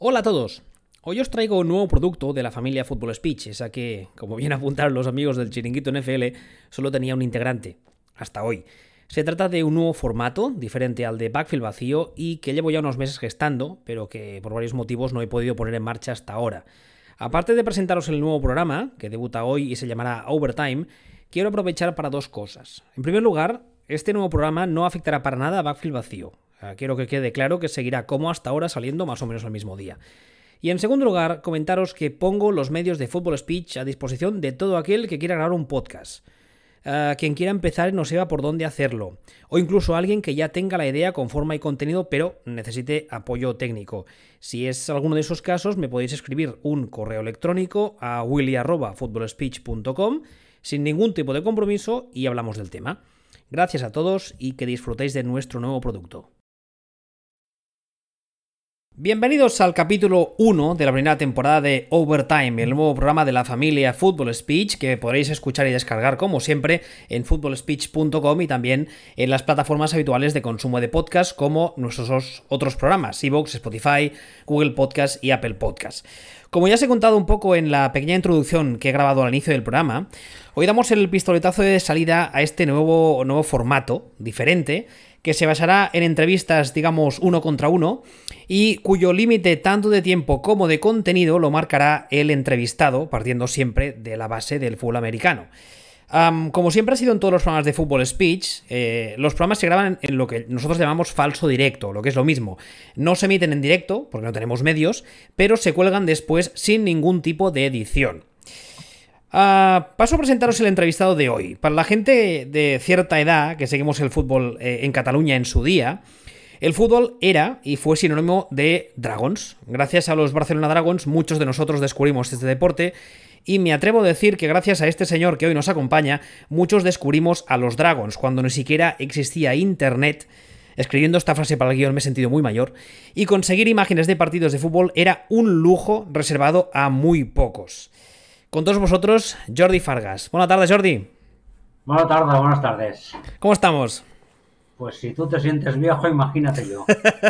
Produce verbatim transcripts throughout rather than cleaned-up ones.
Hola a todos. Hoy os traigo un nuevo producto de la familia Football Speech, esa que, como bien apuntaron los amigos del Chiringuito N F L, solo tenía un integrante, hasta hoy. Se trata de un nuevo formato, diferente al de Backfield Vacío, y que llevo ya unos meses gestando, pero que por varios motivos no he podido poner en marcha hasta ahora. Aparte de presentaros el nuevo programa, que debuta hoy y se llamará Overtime, quiero aprovechar para dos cosas. En primer lugar, este nuevo programa no afectará para nada a Backfield Vacío. Quiero que quede claro que seguirá como hasta ahora saliendo más o menos al mismo día. Y en segundo lugar, comentaros que pongo los medios de Football Speech a disposición de todo aquel que quiera grabar un podcast. Uh, quien quiera empezar y no sepa por dónde hacerlo. O incluso alguien que ya tenga la idea con forma y contenido, pero necesite apoyo técnico. Si es alguno de esos casos, me podéis escribir un correo electrónico a willy arroba football speech punto com sin ningún tipo de compromiso y hablamos del tema. Gracias a todos y que disfrutéis de nuestro nuevo producto. Bienvenidos al capítulo uno de la primera temporada de Overtime, el nuevo programa de la familia Football Speech que podréis escuchar y descargar como siempre en football speech punto com y también en las plataformas habituales de consumo de podcast como nuestros otros programas, iVoox, Spotify, Google Podcast y Apple Podcast. Como ya os he contado un poco en la pequeña introducción que he grabado al inicio del programa, hoy damos el pistoletazo de salida a este nuevo, nuevo formato diferente que se basará en entrevistas, digamos, uno contra uno, y cuyo límite tanto de tiempo como de contenido lo marcará el entrevistado, partiendo siempre de la base del fútbol americano. Um, como siempre ha sido en todos los programas de Football Speech, eh, los programas se graban en lo que nosotros llamamos falso directo, lo que es lo mismo. No se emiten en directo, porque no tenemos medios, pero se cuelgan después sin ningún tipo de edición. Uh, paso a presentaros el entrevistado de hoy. Para la gente de cierta edad que seguimos el fútbol eh, en Cataluña en su día, el fútbol era y fue sinónimo de Dragons. Gracias a los Barcelona Dragons muchos de nosotros descubrimos este deporte y me atrevo a decir que gracias a este señor que hoy nos acompaña, muchos descubrimos a los Dragons cuando ni siquiera existía internet. Escribiendo esta frase para el guión me he sentido muy mayor, y conseguir imágenes de partidos de fútbol era un lujo reservado a muy pocos. Con todos vosotros, Jordi Fargas. Buenas tardes, Jordi. Buenas tardes, buenas tardes. ¿Cómo estamos? Pues si tú te sientes viejo, imagínate yo.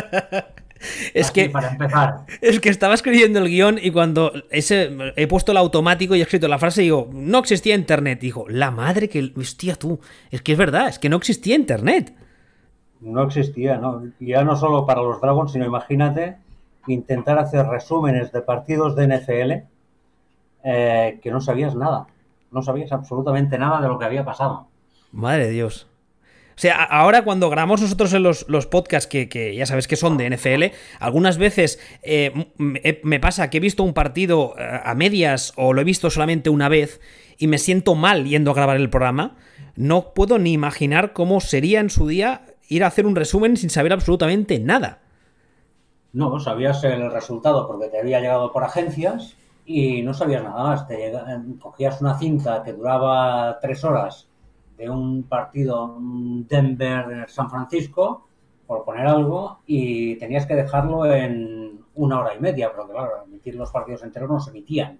Es Así, que para empezar. Es que estaba escribiendo el guión y cuando ese, he puesto el automático y he escrito la frase, digo, no existía internet. Digo, la madre que... Hostia, tú, es que es verdad, es que no existía internet. No existía, ¿no? Ya no solo para los Dragons, sino imagínate intentar hacer resúmenes de partidos de N F L eh, que no sabías nada. No sabías absolutamente nada de lo que había pasado. Madre de Dios. O sea, ahora cuando grabamos nosotros en los, los podcasts que, que ya sabes que son de N F L, algunas veces eh, me, me pasa que he visto un partido a medias o lo he visto solamente una vez y me siento mal yendo a grabar el programa. No puedo ni imaginar cómo sería en su día ir a hacer un resumen sin saber absolutamente nada. No, sabías el resultado porque te había llegado por agencias y no sabías nada más. Te llega, cogías una cinta que duraba tres horas de un partido Denver-San Francisco, por poner algo, y tenías que dejarlo en una hora y media, porque claro, emitir los partidos enteros no se emitían.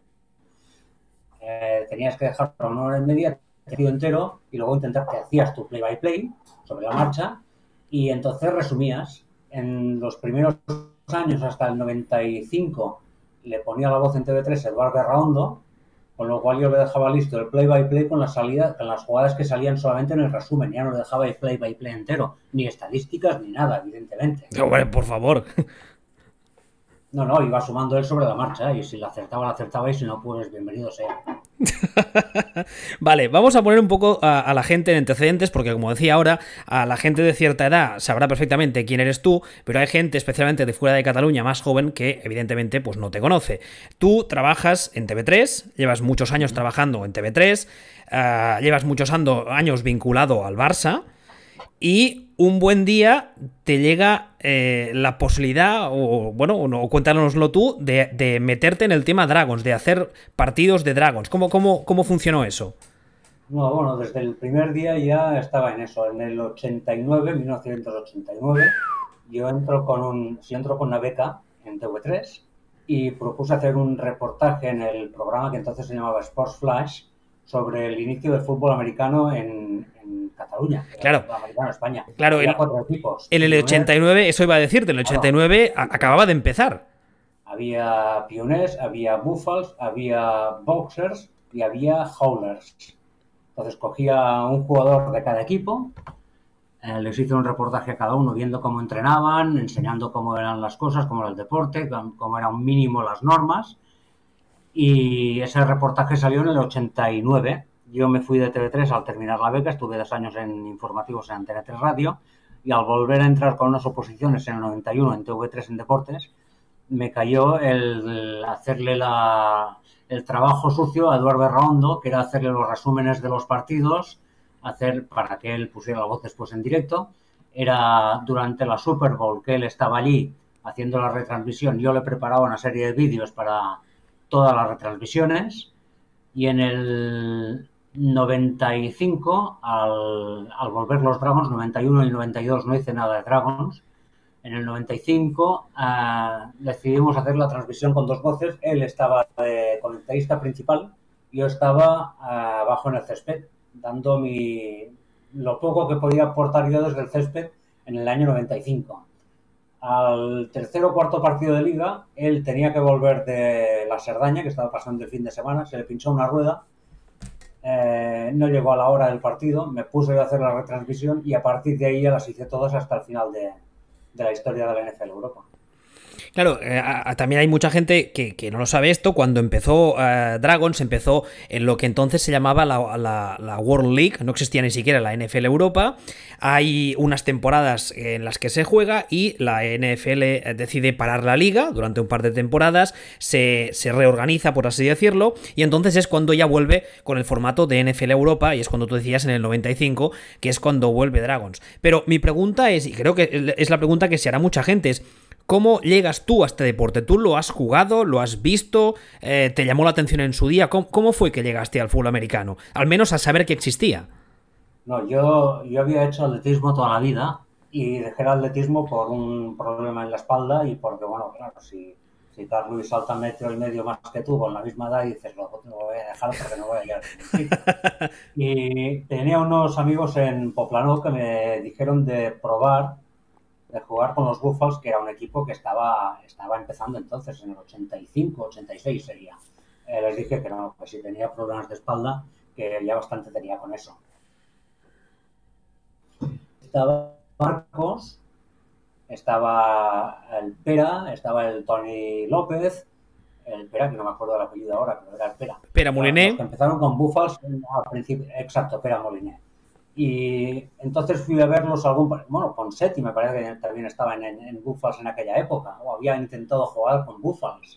Eh, tenías que dejarlo en una hora y media, el partido entero, y luego intentar que hacías tu play-by-play sobre la marcha, y entonces resumías. En los primeros años, hasta el noventa y cinco, le ponía la voz en T V tres Eduardo Berraondo, con lo cual yo le dejaba listo el play-by-play con las salidas, con las jugadas que salían solamente en el resumen. Ya no le dejaba el play-by-play entero, ni estadísticas ni nada, evidentemente. No, bueno, por favor. No, no, iba sumando él sobre la marcha, y si la acertaba, la acertaba, y si no, pues bienvenido sea. Vale, vamos a poner un poco a, a la gente en antecedentes, porque como decía ahora, a la gente de cierta edad sabrá perfectamente quién eres tú, pero hay gente, especialmente de fuera de Cataluña, más joven, que evidentemente pues no te conoce. Tú trabajas en T V tres, llevas muchos años trabajando en T V tres, uh, llevas muchos ando, años vinculado al Barça, y un buen día te llega eh, la posibilidad, o bueno, o cuéntanoslo tú, de, de meterte en el tema Dragons, de hacer partidos de Dragons. ¿Cómo, cómo, cómo funcionó eso? No, bueno, desde el primer día ya estaba en eso. En el ochenta y nueve, mil novecientos ochenta y nueve, yo entro con, un, yo entro con una beca en T V tres y propuse hacer un reportaje en el programa que entonces se llamaba Sports Flash sobre el inicio del fútbol americano en, en Cataluña. Claro. El fútbol americano en España. Claro, había en, cuatro equipos. En el ochenta y nueve, eso iba a decirte, en el ochenta y nueve claro. a, acababa de empezar. Había pioners, había buffals, había boxers y había howlers. Entonces cogía un jugador de cada equipo, eh, les hice un reportaje a cada uno viendo cómo entrenaban, enseñando cómo eran las cosas, cómo era el deporte, cómo eran un mínimo las normas. Y ese reportaje salió en el ochenta y nueve. Yo me fui de T V tres al terminar la beca, estuve dos años en informativos en Antena tres Radio, y al volver a entrar con unas oposiciones en el noventa y uno en T V tres en deportes, me cayó el hacerle la, el trabajo sucio a Eduardo Berraondo, que era hacerle los resúmenes de los partidos, hacer para que él pusiera la voz después en directo. Era durante la Super Bowl que él estaba allí haciendo la retransmisión. Yo le preparaba una serie de vídeos para todas las retransmisiones, y en el noventa y cinco, al, al volver los Dragons, noventa y uno y noventa y dos no hice nada de Dragons. En el noventa y cinco uh, decidimos hacer la transmisión con dos voces. Él estaba de comentarista principal, yo estaba uh, abajo en el césped, dando mi, lo poco que podía aportar yo desde el césped en el año noventa y cinco. Al tercer o cuarto partido de liga, él tenía que volver de la Cerdaña, que estaba pasando el fin de semana, se le pinchó una rueda, eh, no llegó a la hora del partido, me puse a hacer la retransmisión y a partir de ahí ya las hice todas hasta el final de, de la historia de la N F L Europa. Claro, eh, a, también hay mucha gente que, que no lo sabe esto. Cuando empezó eh, Dragons, empezó en lo que entonces se llamaba la, la, la World League, no existía ni siquiera la N F L Europa. Hay unas temporadas en las que se juega y la N F L decide parar la liga durante un par de temporadas, se, se reorganiza, por así decirlo, y entonces es cuando ya vuelve con el formato de N F L Europa, y es cuando tú decías en el noventa y cinco, que es cuando vuelve Dragons. Pero mi pregunta es, y creo que es la pregunta que se hará mucha gente, es: ¿cómo llegas tú a este deporte? ¿Tú lo has jugado? ¿Lo has visto? Eh, ¿Te llamó la atención en su día? ¿Cómo, ¿Cómo fue que llegaste al fútbol americano? Al menos a saber que existía. No, yo, yo había hecho atletismo toda la vida y dejé el atletismo por un problema en la espalda y porque, bueno, claro, si, si Carl Lewis salta metro y medio más que tú con la misma edad, y dices, lo, lo voy a dejar porque no voy a llegar. Y tenía unos amigos en Poplanó que me dijeron de probar de jugar con los Buffals, que era un equipo que estaba, estaba empezando entonces, en el ochenta y cinco, ochenta y seis sería. Eh, les dije que no, que si tenía problemas de espalda, que ya bastante tenía con eso. Estaba Marcos, estaba el Pera, estaba el Tony López, el Pera, que no me acuerdo del apellido ahora, pero era el Pera. Pera Moliné. Los que empezaron con Buffals al principio, exacto, Pera Moliné. Y entonces fui a verlos algún... Bueno, Ponseti me parece que también estaba en, en, en Buffals en aquella época, o había intentado jugar con Buffals.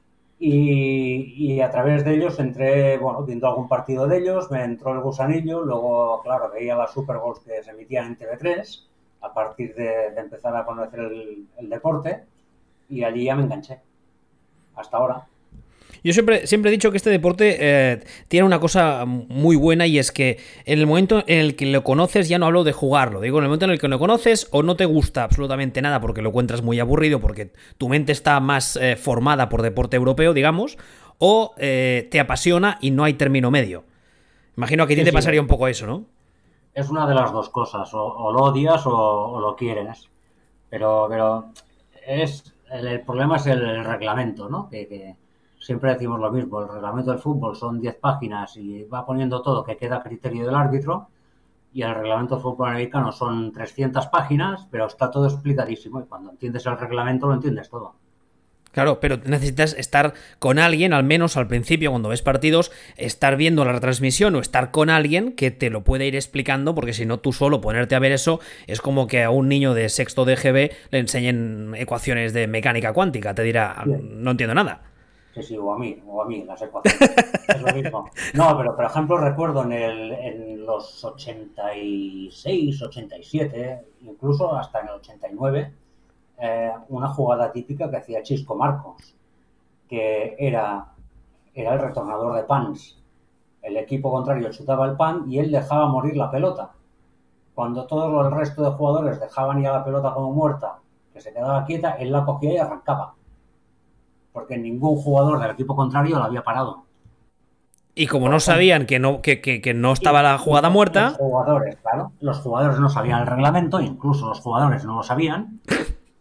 Y, y a través de ellos entré, bueno, viendo algún partido de ellos, me entró el gusanillo, luego, claro, veía las Super Bowls que se emitían en T V tres, a partir de, de empezar a conocer el, el deporte, y allí ya me enganché, hasta ahora. Yo siempre, siempre he dicho que este deporte eh, tiene una cosa muy buena, y es que en el momento en el que lo conoces, ya no hablo de jugarlo, digo en el momento en el que lo conoces, o no te gusta absolutamente nada porque lo encuentras muy aburrido, porque tu mente está más eh, formada por deporte europeo, digamos, o eh, te apasiona y no hay término medio. Imagino que a ti sí, te sí. pasaría un poco eso, ¿no? Es una de las dos cosas, o, o lo odias o, o lo quieres, pero, pero es el, el problema es el, el reglamento, ¿no? Que... que... Siempre decimos lo mismo, el reglamento del fútbol son diez páginas y va poniendo todo que queda a criterio del árbitro, y el reglamento del fútbol americano son trescientas páginas, pero está todo explicadísimo, y cuando entiendes el reglamento lo entiendes todo. Claro, pero necesitas estar con alguien, al menos al principio cuando ves partidos, estar viendo la retransmisión o estar con alguien que te lo puede ir explicando, porque si no, tú solo ponerte a ver eso es como que a un niño de sexto de G B le enseñen ecuaciones de mecánica cuántica, te dirá, no entiendo nada. Sí, sí, o a mí, o a mí, las ecuaciones. Es lo mismo. No, pero por ejemplo recuerdo en, el, en los ochenta y seis, ochenta y siete, incluso hasta en el ochenta y nueve, eh, una jugada típica que hacía Chisco Marcos, que era, era el retornador de punts. El equipo contrario chutaba el punt y él dejaba morir la pelota. Cuando todo el resto de jugadores dejaban ya la pelota como muerta, que se quedaba quieta, él la cogía y arrancaba. Porque ningún jugador del equipo contrario la había parado. Y como no sabían que no, que, que, que no estaba la jugada muerta... Los jugadores, claro, los jugadores no sabían el reglamento, incluso los jugadores no lo sabían,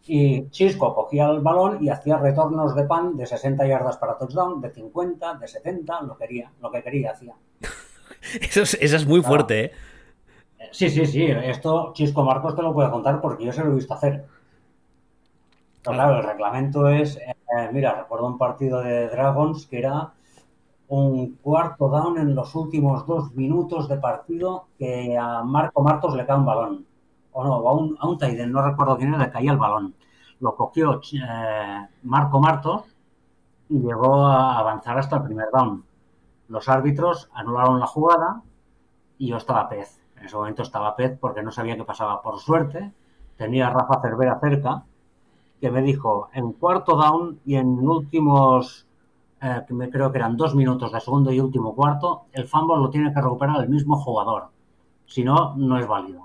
Y Chisco cogía el balón y hacía retornos de pan de sesenta yardas para touchdown, de cincuenta, de setenta, lo quería, lo que quería hacía. Eso es, eso es muy Claro. fuerte, ¿eh? Sí, sí, sí, esto Chisco Marcos te lo puede contar porque yo se lo he visto hacer. Pero Claro. claro, el reglamento es, eh, mira, recuerdo un partido de Dragons que era un cuarto down en los últimos dos minutos de partido que a Marco Martos le cae un balón. O no, a un, a un tight end, no recuerdo quién era, le caía el balón. Lo cogió eh, Marco Martos y llegó a avanzar hasta el primer down. Los árbitros anularon la jugada y yo estaba pez. En ese momento estaba pez porque no sabía qué pasaba. Por suerte, tenía a Rafa Cervera cerca, que me dijo en cuarto down y en últimos, eh, que me creo que eran dos minutos de segundo y último cuarto, el fumble lo tiene que recuperar el mismo jugador. Si no, no es válido.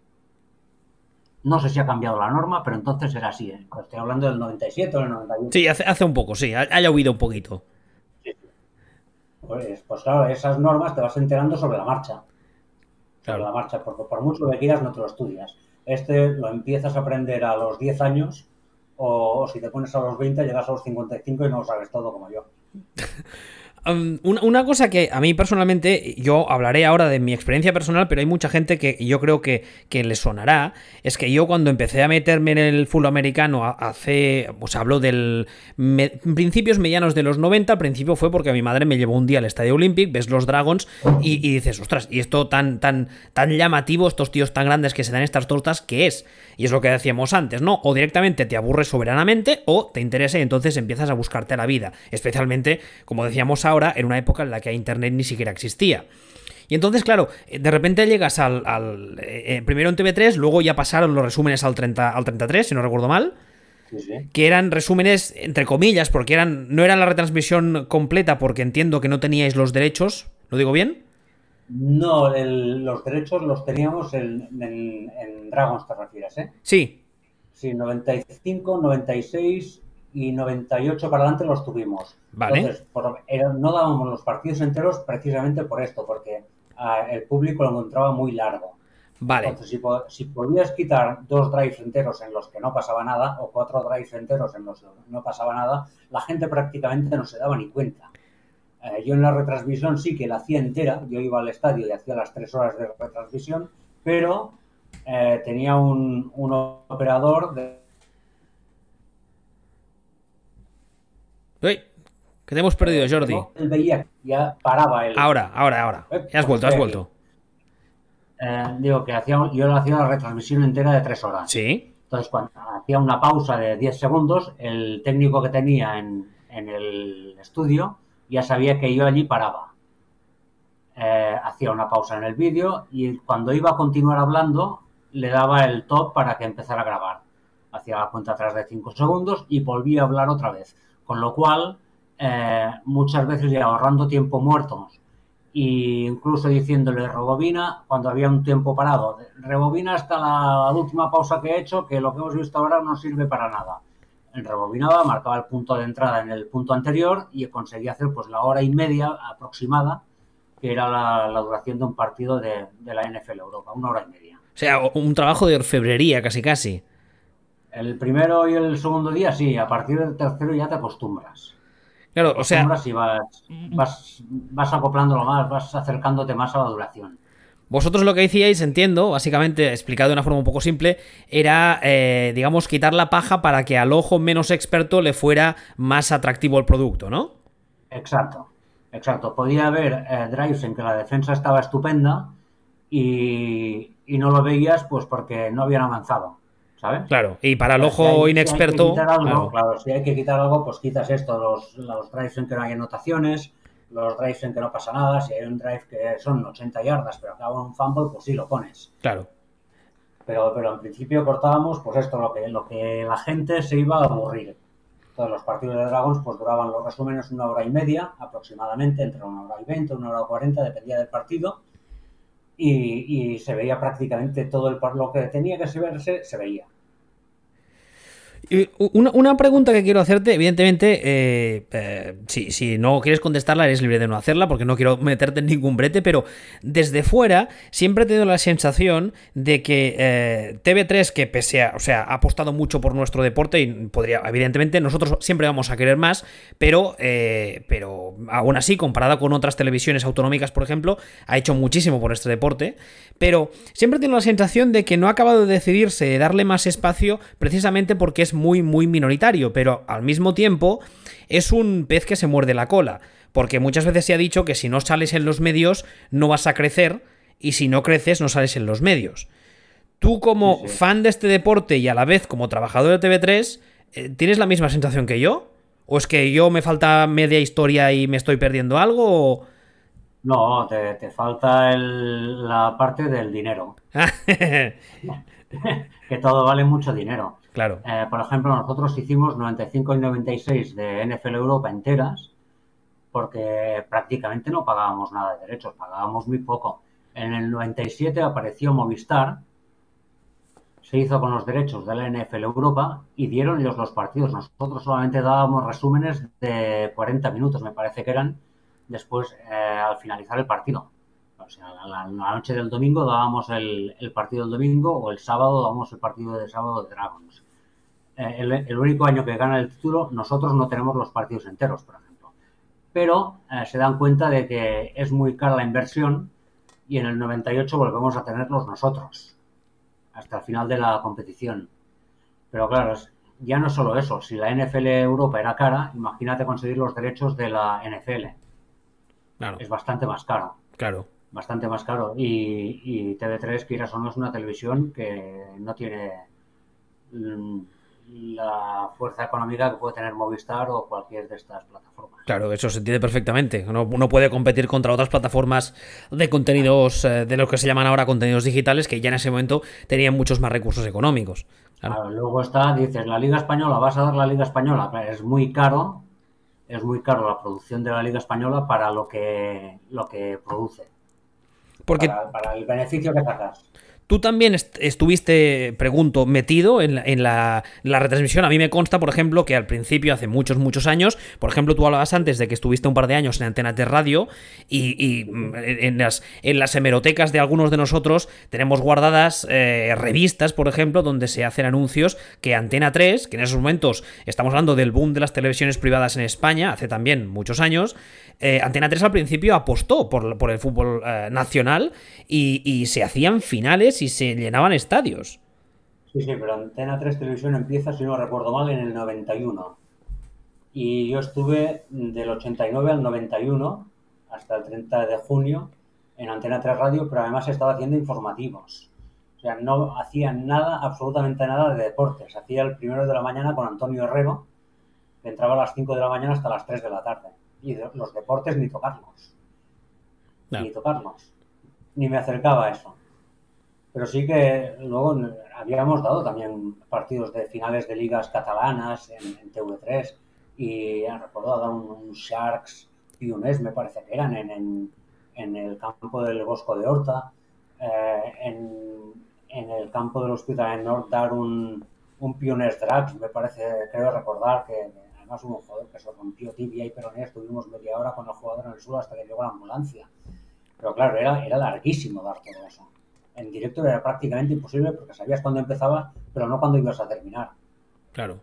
No sé si ha cambiado la norma, pero entonces era así. ¿eh? Estoy hablando del noventa y siete o del noventa y ocho. Sí, hace, hace un poco, sí, ha- haya huido un poquito. Sí, sí. Pues, pues claro, esas normas te vas enterando sobre la marcha. Sobre Claro. la marcha, porque por mucho que quieras no te lo estudias. Este lo empiezas a aprender a los diez años o, o si te pones a los veinte llegas a los cincuenta y cinco y no lo sabes todo como yo. Um, una, una cosa que a mí personalmente, yo hablaré ahora de mi experiencia personal, pero hay mucha gente que yo creo que, que le sonará, es que yo cuando empecé a meterme en el fútbol americano hace, pues hablo del me, principios medianos de los noventa, al principio fue porque mi madre me llevó un día al Estadio Olympic, ves los Dragons y, y dices, ostras, y esto tan, tan, tan llamativo, estos tíos tan grandes que se dan estas tortas, ¿qué es? Y es lo que decíamos antes, ¿no? O directamente te aburres soberanamente o te interesa y entonces empiezas a buscarte la vida, especialmente, como decíamos ahora, ahora en una época en la que internet ni siquiera existía. Y entonces, claro, de repente llegas al... al eh, primero en T V tres, luego ya pasaron los resúmenes al, treinta, al treinta y tres, si no recuerdo mal, Sí, sí. que eran resúmenes entre comillas, porque eran no eran la retransmisión completa, porque entiendo que no teníais los derechos, ¿lo digo bien? No, el, los derechos los teníamos en, en, en Dragons, te refieres, ¿eh? Sí. Sí, noventa y cinco, noventa y seis y noventa y ocho para adelante los tuvimos. Vale. Entonces, por, era, no dábamos los partidos enteros precisamente por esto, porque uh, el público lo encontraba muy largo. Vale. Entonces, si, si podías quitar dos drives enteros en los que no pasaba nada, o cuatro drives enteros en los que no pasaba nada, la gente prácticamente no se daba ni cuenta. Eh, yo en la retransmisión sí que la hacía entera, yo iba al estadio y hacía las tres horas de retransmisión, pero eh, tenía un, un operador de... Uy, que te hemos perdido, Jordi. Él veía, ya paraba él. Ahora, ahora, ahora. Ya has vuelto, has vuelto. Eh, digo que hacía, yo hacía la retransmisión entera de tres horas. Sí. Entonces, cuando hacía una pausa de diez segundos, el técnico que tenía en, en el estudio ya sabía que yo allí paraba. Eh, hacía una pausa en el vídeo y cuando iba a continuar hablando, le daba el top para que empezara a grabar. Hacía la cuenta atrás de cinco segundos y volvía a hablar otra vez. Con lo cual, eh, muchas veces ya ahorrando tiempo muerto e incluso diciéndole rebobina cuando había un tiempo parado. Rebobina hasta la última pausa que he hecho, que lo que hemos visto ahora no sirve para nada. Rebobinaba, marcaba el punto de entrada en el punto anterior y conseguía hacer pues la hora y media aproximada, que era la, la duración de un partido de, de la N F L Europa, una hora y media. O sea, un trabajo de orfebrería casi casi. El primero y el segundo día sí, a partir del tercero ya te acostumbras. Claro, te acostumbras o sea... y vas, vas, vas acoplándolo más, vas acercándote más a la duración. Vosotros lo que hacíais, entiendo, básicamente explicado de una forma un poco simple, era, eh, digamos, quitar la paja para que al ojo menos experto le fuera más atractivo el producto, ¿no? Exacto, exacto. Podía haber eh, drives en que la defensa estaba estupenda y, y no lo veías pues porque no habían avanzado, ¿sabes? Claro, y para el O sea, ojo si hay, inexperto... Si hay que quitar algo, claro. claro, si hay que quitar algo, pues quitas esto, los, los drives en que no hay anotaciones, los drives en que no pasa nada, si hay un drive que son ochenta yardas pero acaba en un fumble, pues sí lo pones. Claro. Pero, pero en principio cortábamos, pues esto, lo que, lo que la gente se iba a aburrir. Todos los partidos de Dragons pues duraban los resúmenes una hora y media aproximadamente, entre una hora y veinte, una hora y cuarenta, dependía del partido. Y, y se veía prácticamente todo el lo que tenía que verse, se veía. Y Una, una pregunta que quiero hacerte, evidentemente, eh, eh, si, si no quieres contestarla, eres libre de no hacerla, porque no quiero meterte en ningún brete, pero desde fuera siempre he tenido la sensación de que eh, T V tres, que pese a, o sea, ha apostado mucho por nuestro deporte y podría, evidentemente, nosotros siempre vamos a querer más, pero, eh, pero aún así, comparada con otras televisiones autonómicas, por ejemplo, ha hecho muchísimo por este deporte, pero siempre tengo la sensación de que no ha acabado de decidirse darle más espacio precisamente porque es muy, muy minoritario, pero al mismo tiempo es un pez que se muerde la cola, porque muchas veces se ha dicho que si no sales en los medios no vas a crecer y si no creces no sales en los medios. Tú Sí, como sí. fan de este deporte y a la vez como trabajador de T V tres, eh, ¿tienes la misma sensación que yo? ¿O es que yo me falta media historia y me estoy perdiendo algo? O... No, te, te falta el- la parte del dinero, que todo vale mucho dinero. Claro, Eh, por ejemplo, nosotros hicimos noventa y cinco y noventa y seis de N F L Europa enteras porque prácticamente no pagábamos nada de derechos, pagábamos muy poco. En el noventa y siete apareció Movistar, se hizo con los derechos de la N F L Europa y dieron ellos los partidos. Nosotros solamente dábamos resúmenes de cuarenta minutos, me parece que eran, después eh, al finalizar el partido. O sea, la, la, la noche del domingo dábamos el, el, partido del domingo o el sábado dábamos el partido de sábado de Dragons. Eh, el, el, único año que gana el título, nosotros no tenemos los partidos enteros, por ejemplo. Pero eh, se dan cuenta de que es muy cara la inversión y en el noventa y ocho volvemos a tenerlos nosotros hasta el final de la competición. Pero claro, ya no solo eso, si la N F L Europa era cara, imagínate conseguir los derechos de la N F L. claro, Es bastante más caro. claro. Bastante más caro. Y, y T V tres, quieras o no, es una televisión que no tiene mm, la fuerza económica que puede tener Movistar o cualquier de estas plataformas. Claro, eso se entiende perfectamente. No, no puede competir contra otras plataformas de contenidos, eh, de lo que se llaman ahora contenidos digitales, que ya en ese momento tenían muchos más recursos económicos. Claro. Claro, luego está, dices, la Liga Española, vas a dar la Liga Española. Claro, es muy caro, es muy caro la producción de la Liga Española para lo que, lo que produce, Porque para, para el beneficio que sacas. tú también est estuviste, pregunto, metido en, la, en la, la, retransmisión. A mí me consta, por ejemplo, que al principio, hace muchos, muchos años, por ejemplo, tú hablabas antes de que estuviste un par de años en Antena tres Radio y, y en, las, en las hemerotecas de algunos de nosotros tenemos guardadas eh, revistas, por ejemplo, donde se hacen anuncios que Antena tres, que en esos momentos estamos hablando del boom de las televisiones privadas en España, hace también muchos años, eh, Antena tres al principio apostó por, por el fútbol eh, nacional y, y se hacían finales y se llenaban estadios. Sí, sí, pero Antena tres Televisión empieza, si no recuerdo mal, en el noventa y uno. Y yo estuve del ochenta y nueve al noventa y uno, hasta el treinta de junio, en Antena tres Radio, pero además estaba haciendo informativos. O sea, no hacía nada, absolutamente nada de deportes. Hacía el primero de la mañana con Antonio Herrero, que entraba a las cinco de la mañana hasta las tres de la tarde. Y de, los deportes ni tocarlos. No. Ni tocarlos. Ni me acercaba a eso. Pero sí que luego habíamos dado también partidos de finales de ligas catalanas en, en T V tres y recuerdo dar un, un Sharks Pioners, me parece que eran, en, en, en el campo del Bosco de Horta, eh, en, en el campo del Hospital de North dar un, un Pioners Drags, me parece, creo recordar que además hubo un jugador que se rompió tibia y peroné, estuvimos media hora con el jugador en el suelo hasta que llegó la ambulancia. Pero claro, era, era larguísimo dar todo eso. En directo era prácticamente imposible porque sabías cuándo empezaba, pero no cuándo ibas a terminar. Claro.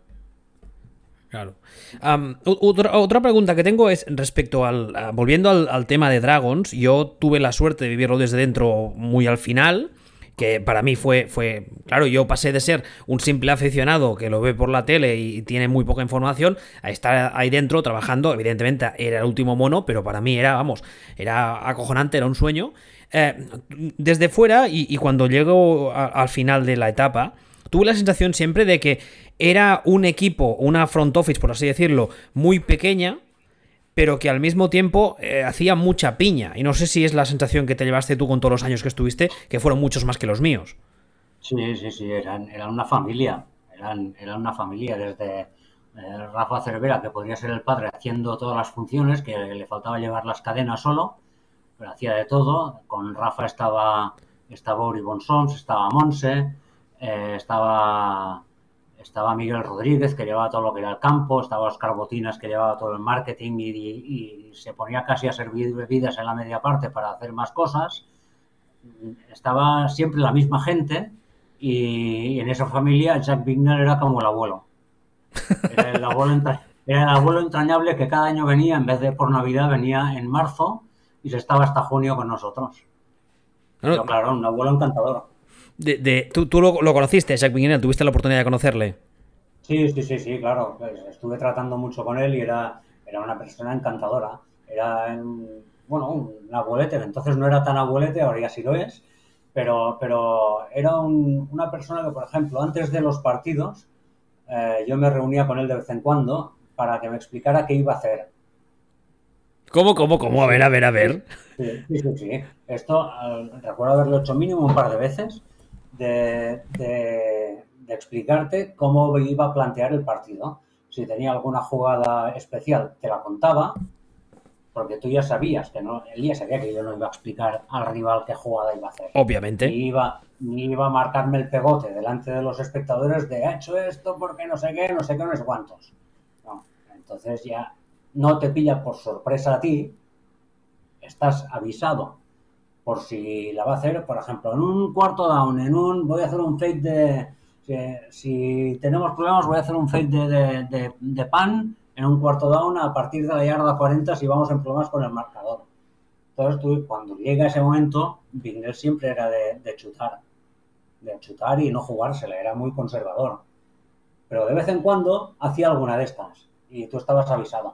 Claro. Um, otra, otra pregunta que tengo es respecto al... Uh, volviendo al, al tema de Dragons, yo tuve la suerte de vivirlo desde dentro muy al final, que para mí fue, fue... Claro, yo pasé de ser un simple aficionado que lo ve por la tele y tiene muy poca información a estar ahí dentro trabajando. Evidentemente era el último mono, pero para mí era, vamos, era acojonante, era un sueño. Eh, desde fuera y, y cuando llego a, al final de la etapa, tuve la sensación siempre de que era un equipo, una front office, por así decirlo, muy pequeña, pero que al mismo tiempo eh, hacía mucha piña. Y no sé si es la sensación que te llevaste tú con todos los años que estuviste, que fueron muchos más que los míos. Sí, sí, sí, eran, eran una familia, eran, eran una familia, desde eh, Rafa Cervera, que podría ser el padre haciendo todas las funciones, que le faltaba llevar las cadenas solo, pero hacía de todo. Con Rafa estaba, estaba Uri Bonsons, estaba Monse, eh, estaba estaba Miguel Rodríguez, que llevaba todo lo que era el campo, estaba Oscar Botinas, que llevaba todo el marketing y, y, y se ponía casi a servir bebidas en la media parte para hacer más cosas. Estaba siempre la misma gente y en esa familia Jack Bignell era como el abuelo. Era el abuelo, entra... era el abuelo entrañable que cada año venía, en vez de por Navidad, venía en marzo y se estaba hasta junio con nosotros. Pero claro, un abuelo encantador. De, de, ¿Tú, tú lo, lo conociste, Jack Bignell? ¿Tuviste la oportunidad de conocerle? Sí, sí, sí, sí, claro. Estuve tratando mucho con él y era, era una persona encantadora. Era, bueno, un abuelete. Entonces no era tan abuelete, ahora ya sí lo es. Pero, pero era un, una persona que, por ejemplo, antes de los partidos, eh, yo me reunía con él de vez en cuando para que me explicara qué iba a hacer. ¿Cómo, cómo, cómo? A ver, a ver, a ver. Sí, sí, sí. sí. Esto eh, recuerdo haberlo hecho mínimo un par de veces, de, de, de explicarte cómo iba a plantear el partido. Si tenía alguna jugada especial, te la contaba, porque tú ya sabías que no, él ya sabía que yo no iba a explicar al rival qué jugada iba a hacer. Obviamente. Ni iba, ni iba a marcarme el pegote delante de los espectadores de ha hecho esto porque no sé qué, no sé qué, no sé cuántos. No. Entonces ya no te pilla por sorpresa a ti, estás avisado por si la va a hacer, por ejemplo, en un cuarto down, en un voy a hacer un fake de si, si tenemos problemas voy a hacer un fake de, de, de, de pan en un cuarto down a partir de la yarda cuarenta si vamos en problemas con el marcador. Entonces tú, cuando llega ese momento, Bignell siempre era de, de chutar, de chutar y no jugársela, era muy conservador. Pero de vez en cuando hacía alguna de estas y tú estabas avisado.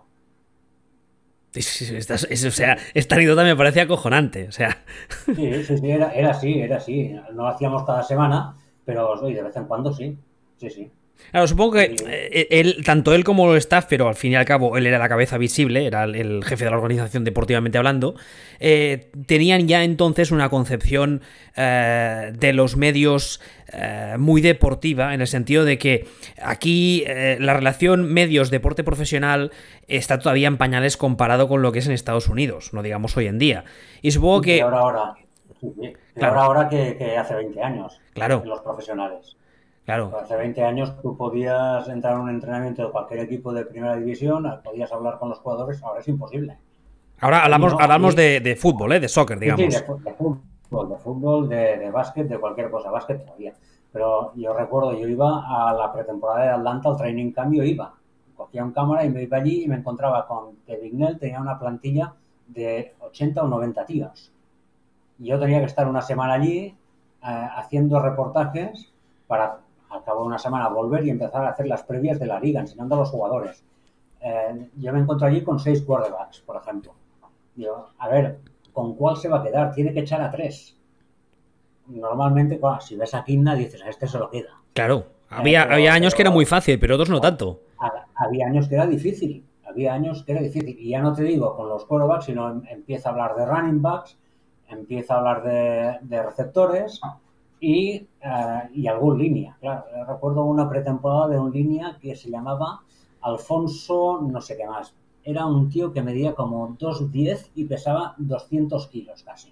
Es, es, o sea, esta anécdota me parece acojonante, o sea. Sí, sí, sí, era, era así, era así. No lo hacíamos cada semana, pero oye, de vez en cuando sí, sí, sí. Claro, supongo que eh, él, tanto él como el staff, pero al fin y al cabo él era la cabeza visible, era el, el jefe de la organización deportivamente hablando, eh, tenían ya entonces una concepción eh, de los medios eh, muy deportiva, en el sentido de que aquí eh, la relación medios-deporte profesional está todavía en pañales comparado con lo que es en Estados Unidos, no digamos hoy en día. Y supongo sí, que... Ahora, ahora, sí, sí. Claro. ahora, ahora que, que hace veinte años, claro. En los profesionales. Claro. Hace veinte años tú podías entrar a un entrenamiento de cualquier equipo de primera división, podías hablar con los jugadores, ahora es imposible. Ahora hablamos, no, hablamos y... de, de fútbol, ¿eh? De soccer, digamos. Sí, sí, de, de fútbol, de fútbol, de, de básquet, de cualquier cosa, básquet todavía. Pero yo recuerdo, yo iba a la pretemporada de Atlanta, al training camp, yo iba. Cogía un cámara y me iba allí y me encontraba con que Bignell tenía una plantilla de ochenta o noventa tíos. Y yo tenía que estar una semana allí eh, haciendo reportajes para... al cabo de una semana volver y empezar a hacer las previas de la liga, enseñando a los jugadores. Eh, yo me encuentro allí con seis quarterbacks, por ejemplo. Digo, a ver, ¿con cuál se va a quedar? Tiene que echar a tres. Normalmente, bueno, si ves a Kinna, dices, a este se lo queda. Claro, había, eh, pero, había años pero, que era muy fácil, pero otros no tanto. Había años que era difícil, había años que era difícil. Y ya no te digo con los quarterbacks, sino empieza a hablar de running backs, empieza a hablar de, de receptores... Y, uh, y algún línea, claro. Recuerdo una pretemporada de un línea que se llamaba Alfonso no sé qué más. Era un tío que medía como dos diez y pesaba doscientos kilos casi.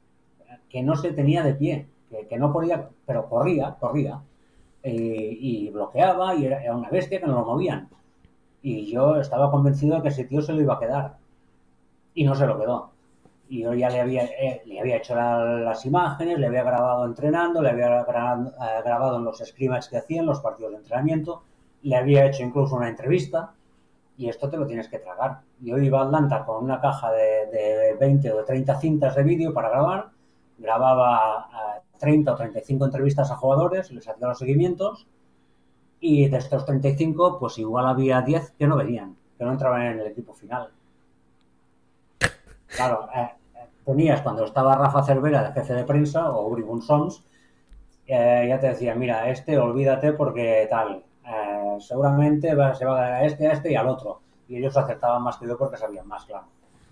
Que no se tenía de pie, que, que no podía, pero corría, corría. Y, y bloqueaba y era, era una bestia que no lo movían. Y yo estaba convencido de que ese tío se lo iba a quedar. Y no se lo quedó. Y yo ya le había, eh, le había hecho la, las imágenes, le había grabado entrenando, le había gra, eh, grabado en los scrimmages que hacía, en los partidos de entrenamiento, le había hecho incluso una entrevista, y esto te lo tienes que tragar. Yo iba a Atlanta con una caja de, de veinte o treinta cintas de vídeo para grabar, grababa eh, treinta o treinta y cinco entrevistas a jugadores, les hacía los seguimientos, y de estos treinta y cinco, pues igual había diez que no venían, que no entraban en el equipo final. Claro, eh, tenías cuando estaba Rafa Cervera de jefe de prensa o Uri Sons, eh, ya te decía, mira, este olvídate porque tal, eh, seguramente va, se va a este, a este y al otro. Y ellos acertaban más que yo porque sabían más, claro.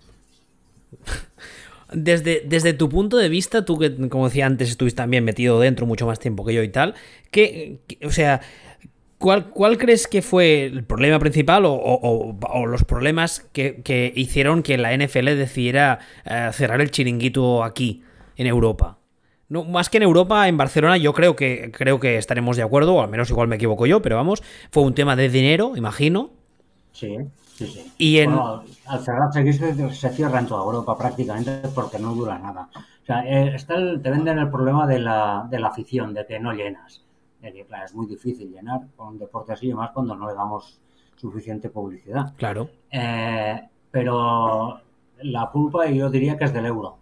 Desde, desde tu punto de vista, tú que, como decía antes, estuviste también metido dentro mucho más tiempo que yo y tal, que, que o sea... ¿Cuál, ¿Cuál crees que fue el problema principal o, o, o los problemas que, que hicieron que la N F L decidiera uh, cerrar el chiringuito aquí, en Europa? No, más que en Europa, en Barcelona yo creo que creo que estaremos de acuerdo, o al menos igual me equivoco yo, pero vamos, fue un tema de dinero, imagino. Sí, sí, sí. Y en... Bueno, al cerrarse aquí se, se cierra en toda Europa prácticamente porque no dura nada. O sea, eh, está el- te venden el problema de la, de la afición, de que no llenas. De que, claro, es muy difícil llenar con un deporte así, y más cuando no le damos suficiente publicidad. Claro, Eh, pero la culpa yo diría que es del euro.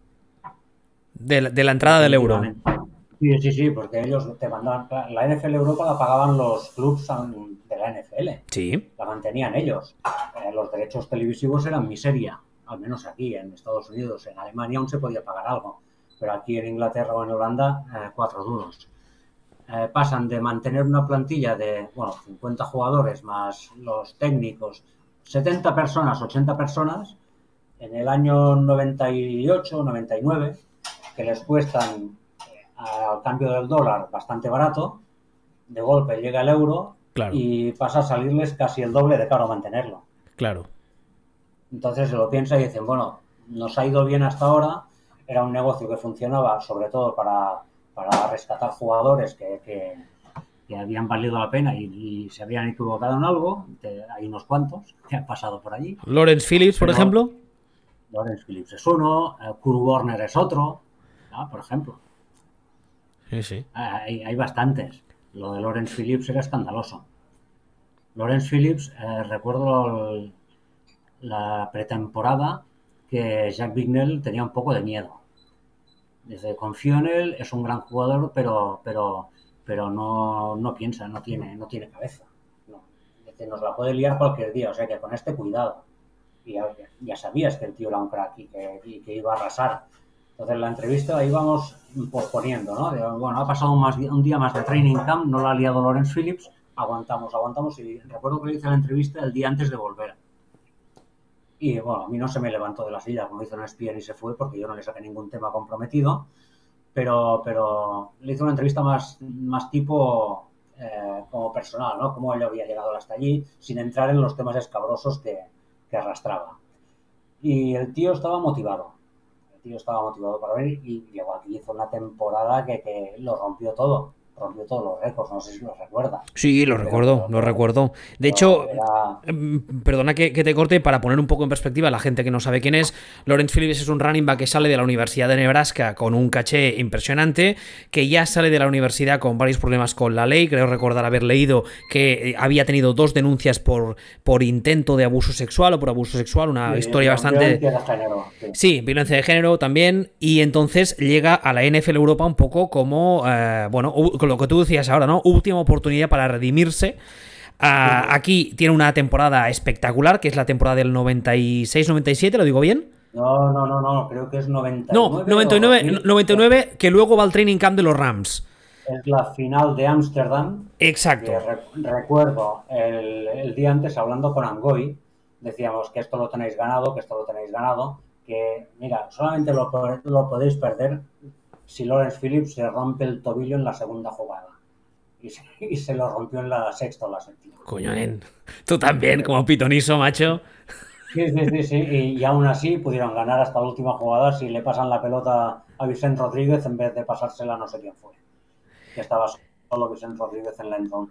de la, de la entrada del euro. Definitivamente. Sí, sí, sí, porque ellos te mandaban, la N F L Europa la pagaban los clubs de la N F L, Sí, la mantenían ellos. Eh, los derechos televisivos eran miseria, al menos aquí en Estados Unidos. En Alemania aún se podía pagar algo, pero aquí en Inglaterra o en Holanda, eh, cuatro duros. Eh, pasan de mantener una plantilla de, bueno, cincuenta jugadores más los técnicos, setenta personas, ochenta personas, en el año noventa y ocho, noventa y nueve, que les cuestan al cambio del dólar bastante barato, de golpe llega el euro claro, y pasa a salirles casi el doble de caro mantenerlo. claro. Entonces se lo piensa y dicen, bueno, nos ha ido bien hasta ahora, era un negocio que funcionaba sobre todo para, para rescatar jugadores que, que, que habían valido la pena y, y se habían equivocado en algo, te, hay unos cuantos que han pasado por allí. Lawrence Phillips, por Pero ejemplo. Lawrence Phillips es uno, eh, Kurt Warner es otro, ¿no? Por ejemplo. Sí, sí. Hay, hay bastantes. Lo de Lawrence Phillips era escandaloso. Lawrence Phillips, eh, recuerdo el- la pretemporada que Jack Bignell tenía un poco de miedo. Dice, confío en él, es un gran jugador, pero, pero, pero no, no piensa, no tiene, no tiene cabeza. No. Dice, nos la puede liar cualquier día, o sea que con este cuidado. Y ya, ya sabías que el tío era un crack y que, y que iba a arrasar. Entonces la entrevista la íbamos posponiendo, ¿no? De, bueno, ha pasado un, más, un día más de training camp, no la ha liado Lawrence Phillips, aguantamos, aguantamos y recuerdo que le hice la entrevista el día antes de volver. Y bueno, a mí no se me levantó de la silla, como hizo en E S P N y se fue porque yo no le saqué ningún tema comprometido, pero, pero le hice una entrevista más, más tipo eh, como personal, ¿no? Cómo él había llegado hasta allí, sin entrar en los temas escabrosos que, que arrastraba. Y el tío estaba motivado. El tío estaba motivado para venir y llegó aquí, hizo una temporada que, que lo rompió todo. Rompió todos los récords, no sé si los recuerda. Sí, lo Pero, recuerdo, pero, lo pero, recuerdo. De pero hecho, era... em, perdona que, que te corte para poner un poco en perspectiva a la gente que no sabe quién es. Lawrence Phillips es un running back que sale de la Universidad de Nebraska con un caché impresionante, que ya sale de la universidad con varios problemas con la ley. Creo recordar haber leído que eh, había tenido dos denuncias por, por intento de abuso sexual o por abuso sexual, una Sí, historia bastante... violencia de género. Sí. Sí, violencia de género también, y entonces llega a la N F L Europa un poco como, eh, bueno, u- con lo que tú decías ahora, ¿no? Última oportunidad para redimirse. Ah, Sí. aquí tiene una temporada espectacular, que es la temporada del noventa y seis noventa y siete, ¿lo digo bien? No, no, no, no, creo que es No, noventa y nueve noventa y o nueve, dos mil. noventa y nueve, que luego va al training camp de los Rams. Es la final de Ámsterdam. Exacto. Que re- recuerdo el, el día antes hablando con Angoy, decíamos que esto lo tenéis ganado, que esto lo tenéis ganado, que mira, solamente lo, po- lo podéis perder si Lawrence Phillips se rompe el tobillo en la segunda jugada. Y se, y se lo rompió en la sexta o la séptima. Coño, nen. Tú también, como pitonizo, macho. Sí, sí, sí, sí, y, y aún así pudieron ganar hasta la última jugada si le pasan la pelota a Vicente Rodríguez en vez de pasársela a no sé quién fue. Que estaba solo Vicente Rodríguez en la endzone.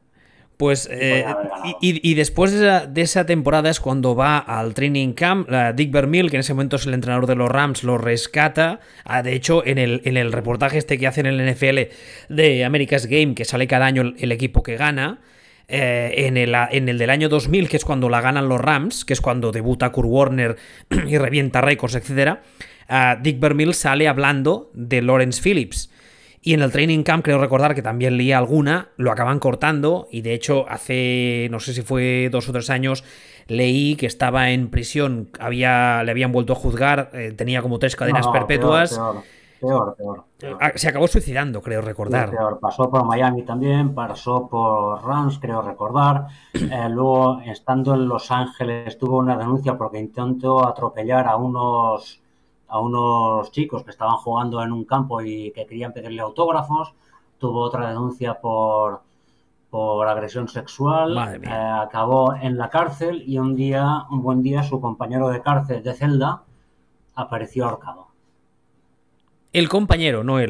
Pues, Y podían eh, haber y, ganado. y después de esa, de esa temporada es cuando va al training camp. la Dick Vermeil, que en ese momento es el entrenador de los Rams, lo rescata. Ah, de hecho, en el, en el reportaje este que hacen en el N F L de America's Game, que sale cada año el, el equipo que gana, eh, en, el, en el del año dos mil, que es cuando la ganan los Rams, que es cuando debuta Kurt Warner y revienta récords, etcétera, ah, Dick Vermeil sale hablando de Lawrence Phillips. Y en el training camp, creo recordar que también leía alguna, lo acaban cortando, y de hecho hace, no sé si fue dos o tres años, leí que estaba en prisión, había, le habían vuelto a juzgar, eh, tenía como tres cadenas No, no, perpetuas. Peor, peor, peor, peor, peor. Ah, se acabó suicidando, creo Sí, recordar. peor. Pasó por Miami también, pasó por Rams, creo recordar. Eh, luego, estando en Los Ángeles, tuvo una denuncia porque intentó atropellar a unos a unos chicos que estaban jugando en un campo y que querían pedirle autógrafos. Tuvo otra denuncia por, por agresión sexual. Madre Eh, mía. acabó en la cárcel y un día, un buen día, su compañero de cárcel de celda apareció ahorcado. El compañero, no él.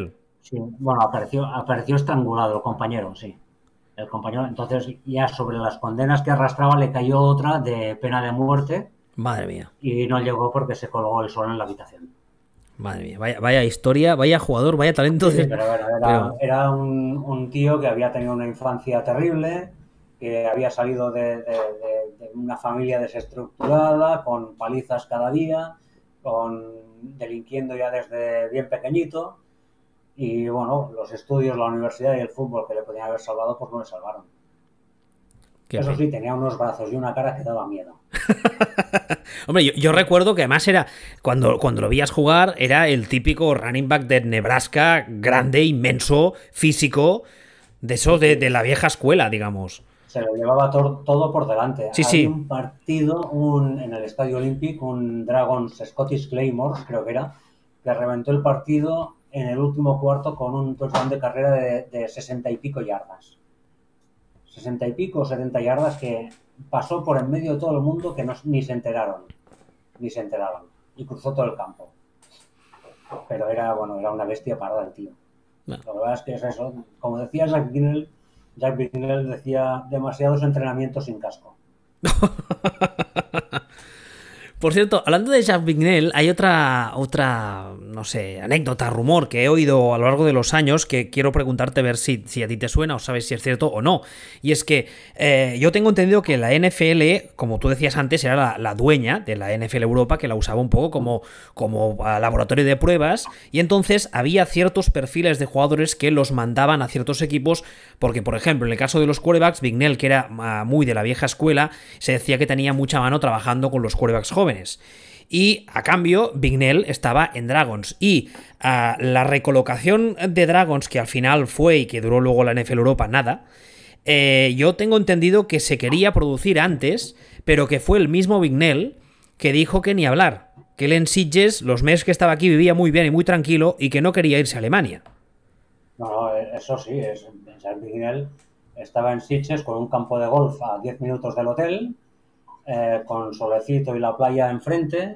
Sí, bueno, apareció, apareció estrangulado el compañero, sí. El compañero, entonces ya sobre las condenas que arrastraba le cayó otra de pena de muerte Madre mía, y no llegó porque se colgó el sol en la habitación. madre mía. Vaya, vaya historia, vaya jugador, vaya talento. Sí, De... pero bueno, era, Pero, era un, un tío que había tenido una infancia terrible, que había salido de, de- de- de una familia desestructurada, con palizas cada día, con delinquiendo ya desde bien pequeñito, y bueno, los estudios, la universidad y el fútbol que le podían haber salvado, pues no le salvaron. qué Eso pena. sí, tenía unos brazos y una cara que daba miedo. Hombre, yo, yo recuerdo que además era, cuando, cuando lo veías jugar, era el típico running back de Nebraska, grande, inmenso, físico, de Sí, esos de, sí, de la vieja escuela, digamos. se lo llevaba to- todo por delante. Sí, Había sí. un partido un, en el Estadio Olímpico, un Dragons Scottish Claymores, creo que era, que reventó el partido en el último cuarto con un touchdown de carrera de, de sesenta y pico yardas. Sesenta y pico o setenta yardas que pasó por en medio de todo el mundo que no, ni se enteraron, ni se enteraron. Y cruzó todo el campo. Pero era, bueno, era una bestia parda el tío. No. Lo que pasa es que es eso. Como decía Jack Bignell, Jack Bignell decía demasiados entrenamientos sin casco. Por cierto, hablando de Jack Bignell, hay otra, otra, no sé, anécdota, rumor que he oído a lo largo de los años que quiero preguntarte a ver si, si a ti te suena o sabes si es cierto o no. Y es que eh, yo tengo entendido que la N F L, como tú decías antes, era la, la dueña de la N F L Europa, que la usaba un poco como, como uh, laboratorio de pruebas, y entonces había ciertos perfiles de jugadores que los mandaban a ciertos equipos, porque, por ejemplo, en el caso de los quarterbacks, Bignell, que era uh, muy de la vieja escuela, se decía que tenía mucha mano trabajando con los quarterbacks jóvenes. Y a cambio, Bignell estaba en Dragons. Y uh, la recolocación de Dragons, que al final fue y que duró luego la N F L Europa, nada. Eh, yo tengo entendido que se quería producir antes, pero que fue el mismo Bignell que dijo que ni hablar. Que él en Sitges, los meses que estaba aquí, vivía muy bien y muy tranquilo y que no quería irse a Alemania. No, no, eso sí, es, Jack Bignell estaba en Sitges con un campo de golf a diez minutos del hotel, eh, con solecito y la playa enfrente.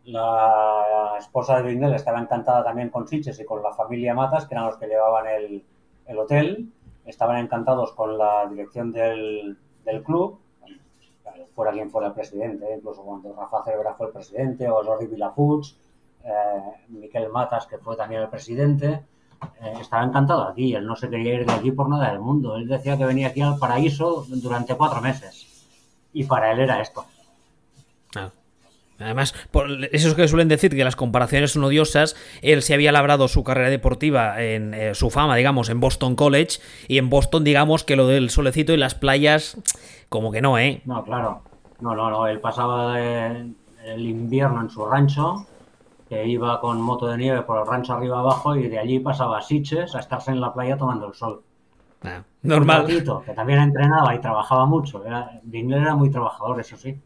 La esposa de Bignell estaba encantada también con Sitges y con la familia Matas, que eran los que llevaban el, el hotel. Estaban encantados con la dirección del, del club, fuera quien fuera el presidente, incluso cuando Rafa Cervera fue el presidente, o Jordi Vilafuig, eh, Miquel Matas, que fue también el presidente. Eh, estaba encantado aquí, él no se quería ir de aquí por nada del mundo. Él decía que venía aquí al paraíso durante cuatro meses. Y para él era esto. Ah. Además, por eso es que suelen decir que las comparaciones son odiosas. Él se había labrado su carrera deportiva, en eh, su fama, digamos, en Boston College. Y en Boston, digamos, que lo del solecito y las playas, como que no, ¿eh? No, claro. No, no, no. Él pasaba de, el invierno en su rancho, que iba con moto de nieve por el rancho arriba abajo, y de allí pasaba a Sitges a estarse en la playa tomando el sol. Ah, Un normal. ratito, que también entrenaba y trabajaba mucho. Era, Bignell era muy trabajador, eso sí.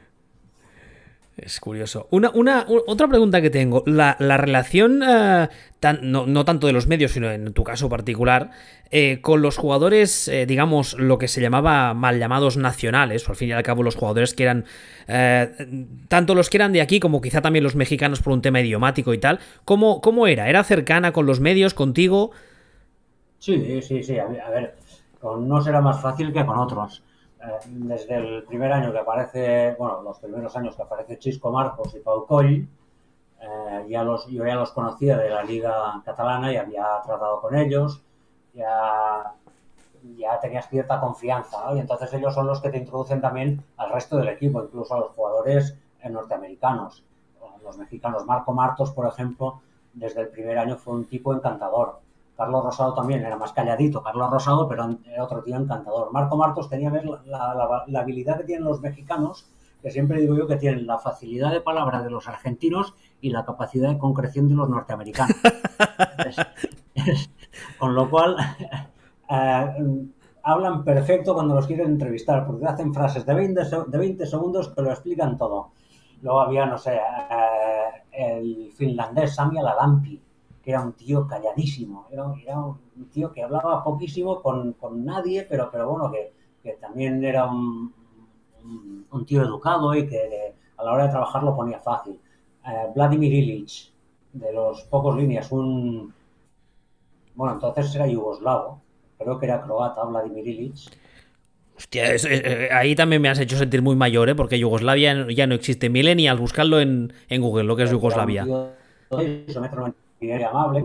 Es curioso. Una, una, otra pregunta que tengo. La, la relación, eh, tan, no, no tanto de los medios, sino en tu caso particular, eh, con los jugadores, eh, digamos, lo que se llamaba mal llamados nacionales, o al fin y al cabo los jugadores que eran, eh, tanto los que eran de aquí como quizá también los mexicanos por un tema idiomático y tal, ¿cómo, cómo era? ¿Era cercana con los medios, contigo? Sí, sí, sí. A ver, con unos era más fácil que con otros. Eh, desde el primer año que aparece, bueno, los primeros años que aparece Chisco Marcos y Pau Coll, eh, ya los, yo ya los conocía de la liga catalana y había tratado con ellos, ya, ya tenías cierta confianza, ¿no? Y entonces ellos son los que te introducen también al resto del equipo, incluso a los jugadores norteamericanos. Los mexicanos, Marco Martos, por ejemplo, desde el primer año fue un tipo encantador. Carlos Rosado también era más calladito, Carlos Rosado, pero era otro tío encantador. Marco Martos tenía ver la, la, la, la habilidad que tienen los mexicanos, que siempre digo yo que tienen la facilidad de palabra de los argentinos y la capacidad de concreción de los norteamericanos. Es, es, con lo cual, eh, hablan perfecto cuando los quieren entrevistar, porque hacen frases de veinte, de veinte segundos que lo explican todo. Luego había, no sé, eh, el finlandés Sami Alalampi, que era un tío calladísimo, era, era un tío que hablaba poquísimo con, con nadie, pero, pero bueno, que, que también era un, un, un, tío educado y que de, a la hora de trabajar lo ponía fácil. Eh, Vladimir Ilich, de los pocos líneas, un, Bueno, entonces era yugoslavo, creo que era croata, Vladimir Ilic. Hostia, es- es- eh, ahí también me has hecho sentir muy mayor, ¿eh? Porque Yugoslavia ya no existe. Millennials, buscarlo en, en Google, lo que es Era un Yugoslavia. tío de eso, metro noventa y nueve, amable.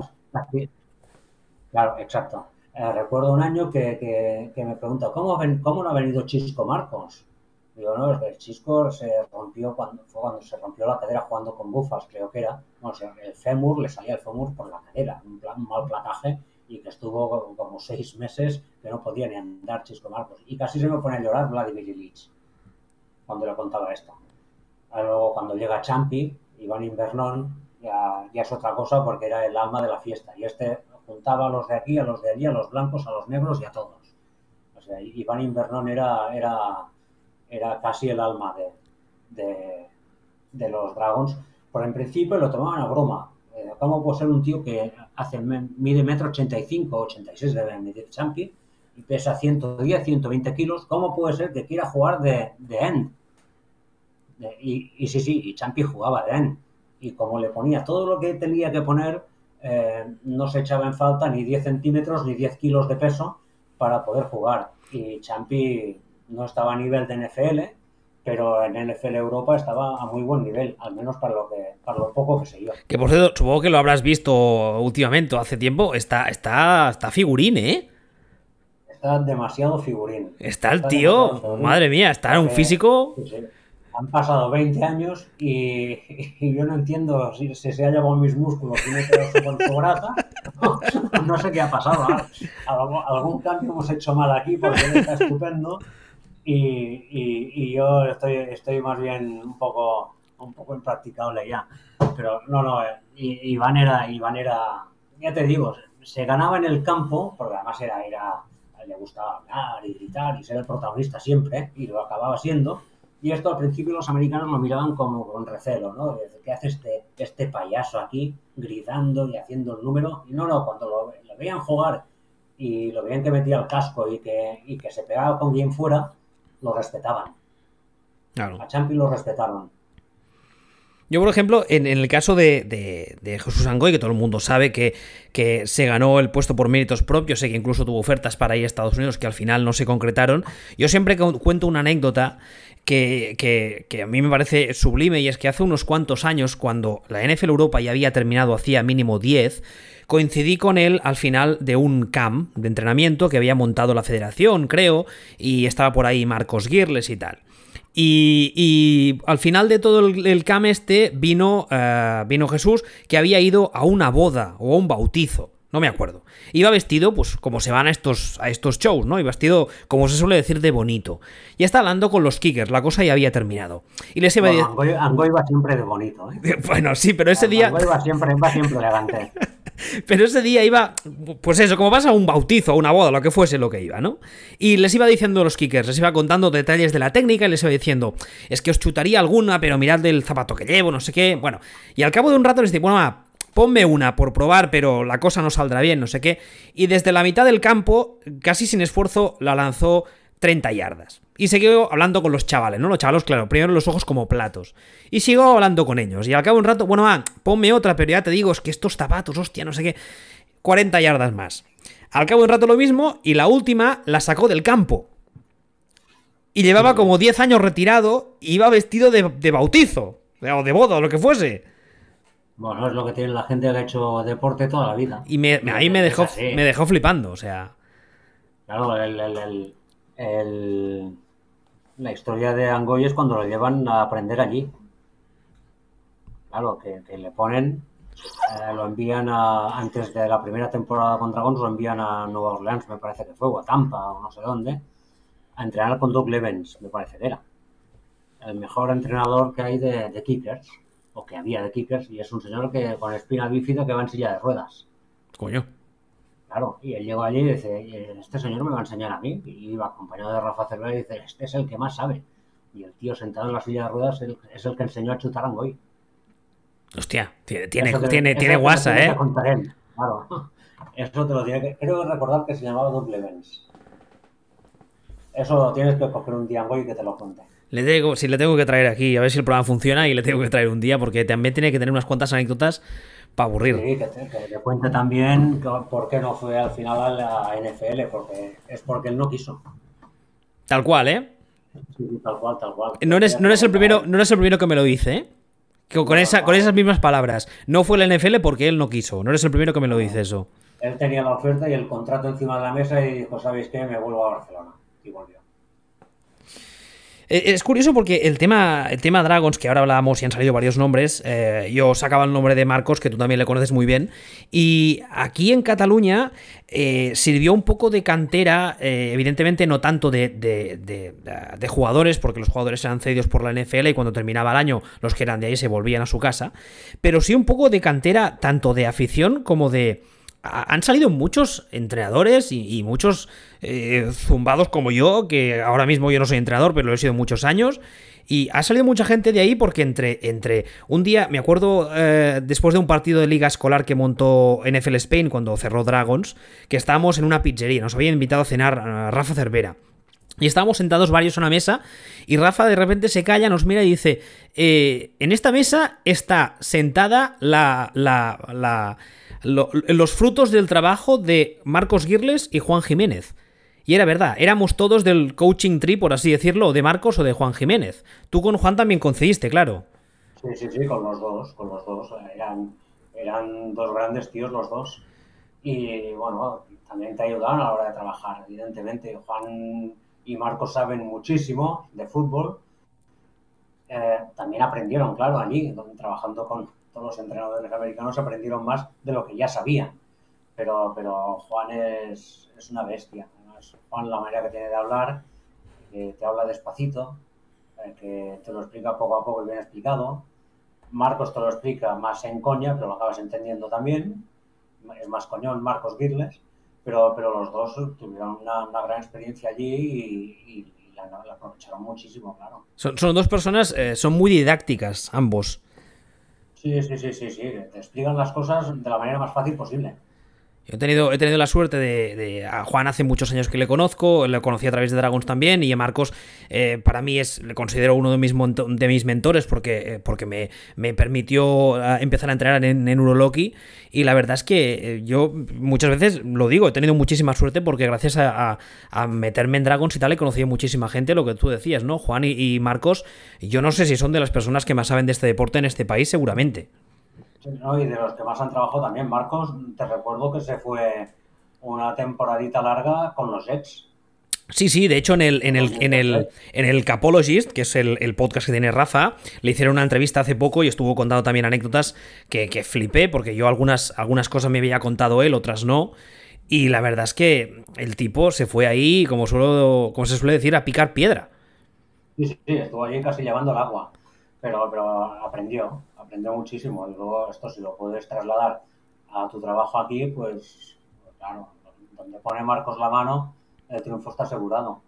Claro, exacto. Eh, recuerdo un año que, que, que me pregunta, ¿cómo, ven, ¿cómo no ha venido Chisco Marcos? Digo, no, es que el Chisco se rompió cuando, fue cuando se rompió la cadera jugando con Bufas, creo que era. Bueno, o sea, el fémur, le salía el fémur por la cadera, un, plan, un mal placaje, y que estuvo como seis meses que no podía ni andar Chisco Marcos. Y casi se me pone a llorar Vladimir Ilic cuando le contaba esto. Luego cuando llega Champi, Iván Invernón, ya, ya es otra cosa porque era el alma de la fiesta. Y este juntaba a los de aquí, a los de allí, a los blancos, a los negros y a todos. O sea, Iván Invernón era, era, era casi el alma de, de, de los Dragons. Pero en principio lo tomaban a broma. Eh, ¿Cómo puede ser un tío que hace, mide metro ochenta y cinco, ochenta y seis debe medir Champi y pesa ciento diez, ciento veinte kilos? ¿Cómo puede ser que quiera jugar de, de end? Y, y sí, sí, y Champi jugaba de end. Y como le ponía todo lo que tenía que poner, eh, no se echaba en falta ni diez centímetros ni diez kilos de peso para poder jugar. Y Champi no estaba a nivel de N F L, pero en N F L Europa estaba a muy buen nivel, al menos para lo que para lo poco que se dio. Que por cierto, supongo que lo habrás visto últimamente o hace tiempo. Está, está, está figurín, ¿eh? Está demasiado figurín. Está el Está demasiado tío, figurín. madre mía, está en un Porque, físico. sí, sí, han pasado veinte años y, y yo no entiendo si, si se ha llevado mis músculos y me he quedado con su grasa. No, no sé qué ha pasado. Algo, algún cambio hemos hecho mal aquí porque él está estupendo y, y, y yo estoy, estoy más bien un poco, un poco impracticable ya. Pero no, no, Iván era, Iván era, ya te digo, se ganaba en el campo, porque además era, era, le gustaba hablar y gritar y ser el protagonista siempre, y lo acababa siendo. Y esto al principio los americanos lo miraban como con recelo, ¿no? ¿Qué hace este, este payaso aquí gritando y haciendo el número? Y no, no, cuando lo, lo veían jugar y lo veían que metía el casco y que, y que se pegaba con quien fuera, lo respetaban. Claro. A Champi lo respetaron. Yo, por ejemplo, en, en el caso de, de, de Jesús Angoy, que todo el mundo sabe que, que se ganó el puesto por méritos propios, sé que incluso tuvo ofertas para ir a Estados Unidos que al final no se concretaron. Yo siempre cuento una anécdota que, que, que a mí me parece sublime, y es que hace unos cuantos años, cuando la N F L Europa ya había terminado hacía mínimo diez, coincidí con él al final de un camp de entrenamiento que había montado la federación, creo, y estaba por ahí Marcos Girles y tal. Y, y al final de todo el, el camp este vino, uh, vino Jesús, que había ido a una boda o a un bautizo. No me acuerdo. Iba vestido, pues, como se van a estos, a estos shows, ¿no? Iba vestido, como se suele decir, de bonito. Y está hablando con los kickers, la cosa ya había terminado. Y les iba Bueno, a Angoy, Angoy va siempre de bonito, ¿eh? Bueno, sí, pero ese día... Angoy va siempre, va siempre elegante. Pero ese día iba, pues eso, como vas a un bautizo, a una boda, lo que fuese lo que iba, ¿no? Y les iba diciendo a los kickers, les iba contando detalles de la técnica y les iba diciendo, es que os chutaría alguna, pero mirad el zapato que llevo, no sé qué. Bueno, y al cabo de un rato les digo, bueno, va, ponme una por probar, pero la cosa no saldrá bien, no sé qué. Y desde la mitad del campo, casi sin esfuerzo, la lanzó treinta yardas. Y siguió hablando con los chavales, ¿no? Los chavalos, claro, primero los ojos como platos. Y sigo hablando con ellos. Y al cabo de un rato, bueno, ah, ponme otra, pero ya te digo, es que estos zapatos, hostia, no sé qué. cuarenta yardas más. Al cabo de un rato lo mismo, y la última la sacó del campo. Y llevaba como diez años retirado, y iba vestido de, de bautizo, o de boda, o lo que fuese. Bueno, es lo que tiene la gente que ha hecho deporte toda la vida. Y me, me, ahí me dejó, me dejó flipando, o sea... Claro, el... el, el, el... La historia de Angoy es cuando lo llevan a aprender allí. Claro, que, que le ponen, eh, lo envían a, antes de la primera temporada con Dragons, lo envían a Nueva Orleans, me parece que fue, o a Tampa, o no sé dónde, a entrenar con Doug Levens, me parece que era. El mejor entrenador que hay de, de kickers, o que había de kickers, y es un señor que con espina bífida que va en silla de ruedas. Coño. Claro, y él llegó allí y dice, este señor me va a enseñar a mí, y iba acompañado de Rafa Cervera y dice, este es el que más sabe. Y el tío sentado en la silla de ruedas es el que enseñó a chutar a Angoy. Hostia, tiene, tiene, te, tiene, tiene guasa, ¿eh? Claro, eso te lo tiene que... Creo recordar que se llamaba Doug Levens. Eso tienes que coger un día Angoy y que te lo cuente. Le tengo, si le tengo que traer aquí, a ver si el programa funciona, y le tengo que traer un día, porque también tiene que tener unas cuantas anécdotas para aburrir. Sí, que te, que te cuente también que- por qué no fue al final a la N F L, porque es porque él no quiso. Tal cual, ¿eh? Sí, sí, tal cual, tal cual. No Esto eres, ya no te lo eres el contaba primero, él. no eres el primero que me lo dice, ¿eh? Que Con, No, no, esa, con no. esas mismas palabras. No fue la N F L porque él no quiso. No eres el primero que me lo dice No. eso. Él tenía la oferta y el contrato encima de la mesa y dijo, ¿sabéis qué? Me vuelvo a Barcelona. Y volvió. Eh, Es curioso porque el tema, el tema Dragons, que ahora hablábamos y han salido varios nombres, eh, yo sacaba el nombre de Marcos, que tú también le conoces muy bien, y aquí en Cataluña eh, sirvió un poco de cantera, eh, evidentemente no tanto de, de, de, de jugadores, porque los jugadores eran cedidos por la N F L y cuando terminaba el año los que eran de ahí se volvían a su casa, pero sí un poco de cantera tanto de afición como de... Han salido muchos entrenadores y, y muchos eh, zumbados como yo, que ahora mismo yo no soy entrenador, pero lo he sido muchos años. Y ha salido mucha gente de ahí porque entre, entre un día, me acuerdo eh, después de un partido de liga escolar que montó N F L Spain cuando cerró Dragons, que estábamos en una pizzería, nos habían invitado a cenar uh, Rafa Cervera. Y estábamos sentados varios en una mesa y Rafa de repente se calla, nos mira y dice, eh, en esta mesa está sentada la... la, la Lo, los frutos del trabajo de Marcos Girles y Juan Jiménez. Y era verdad, éramos todos del coaching tree, por así decirlo, de Marcos o de Juan Jiménez. Tú con Juan también concediste, claro. Sí, sí, sí, con los dos, con los dos. Eran, eran dos grandes tíos los dos. Y bueno, también te ayudaron a la hora de trabajar, evidentemente. Juan y Marcos saben muchísimo de fútbol. Eh, también aprendieron, claro, allí, trabajando con todos los entrenadores americanos, aprendieron más de lo que ya sabían. Pero, pero Juan es, es una bestia. Además, Juan, la manera que tiene de hablar, que te habla despacito, eh, que te lo explica poco a poco y bien explicado. Marcos te lo explica más en coña, pero lo acabas entendiendo también. Es más coñón Marcos Girles, pero, pero los dos tuvieron una, una gran experiencia allí y, y, y la, la, aprovecharon muchísimo, claro. Son, son dos personas, eh, son muy didácticas, ambos. Sí, sí, sí, sí, sí, te explican las cosas de la manera más fácil posible. Yo he tenido, he tenido la suerte de, de... A Juan hace muchos años que le conozco, le conocí a través de Dragons también, y a Marcos eh, para mí es, le considero uno de mis, de mis mentores porque, eh, porque me, me permitió empezar a entrenar en, en Uroloki, y la verdad es que yo muchas veces lo digo, he tenido muchísima suerte porque gracias a, a, a meterme en Dragons y tal he conocido muchísima gente, lo que tú decías, ¿no? Juan y, y Marcos, yo no sé si son de las personas que más saben de este deporte en este país, seguramente. Sí, ¿no? Y de los que más han trabajado también, Marcos, te recuerdo que se fue una temporadita larga con los Jets. Sí, sí, de hecho en el, en el, en el, en el Capologist, que es el, el podcast que tiene Rafa, le hicieron una entrevista hace poco y estuvo contando también anécdotas que, que flipé, porque yo algunas, algunas cosas me había contado él, otras no. Y la verdad es que el tipo se fue ahí, como, suelo, como se suele decir, a picar piedra. Sí, sí, sí, estuvo allí casi llevando el agua, pero, pero aprendió, aprendió muchísimo. Y luego esto si lo puedes trasladar a tu trabajo aquí, pues, pues claro, donde pone Marcos la mano, el triunfo está asegurado.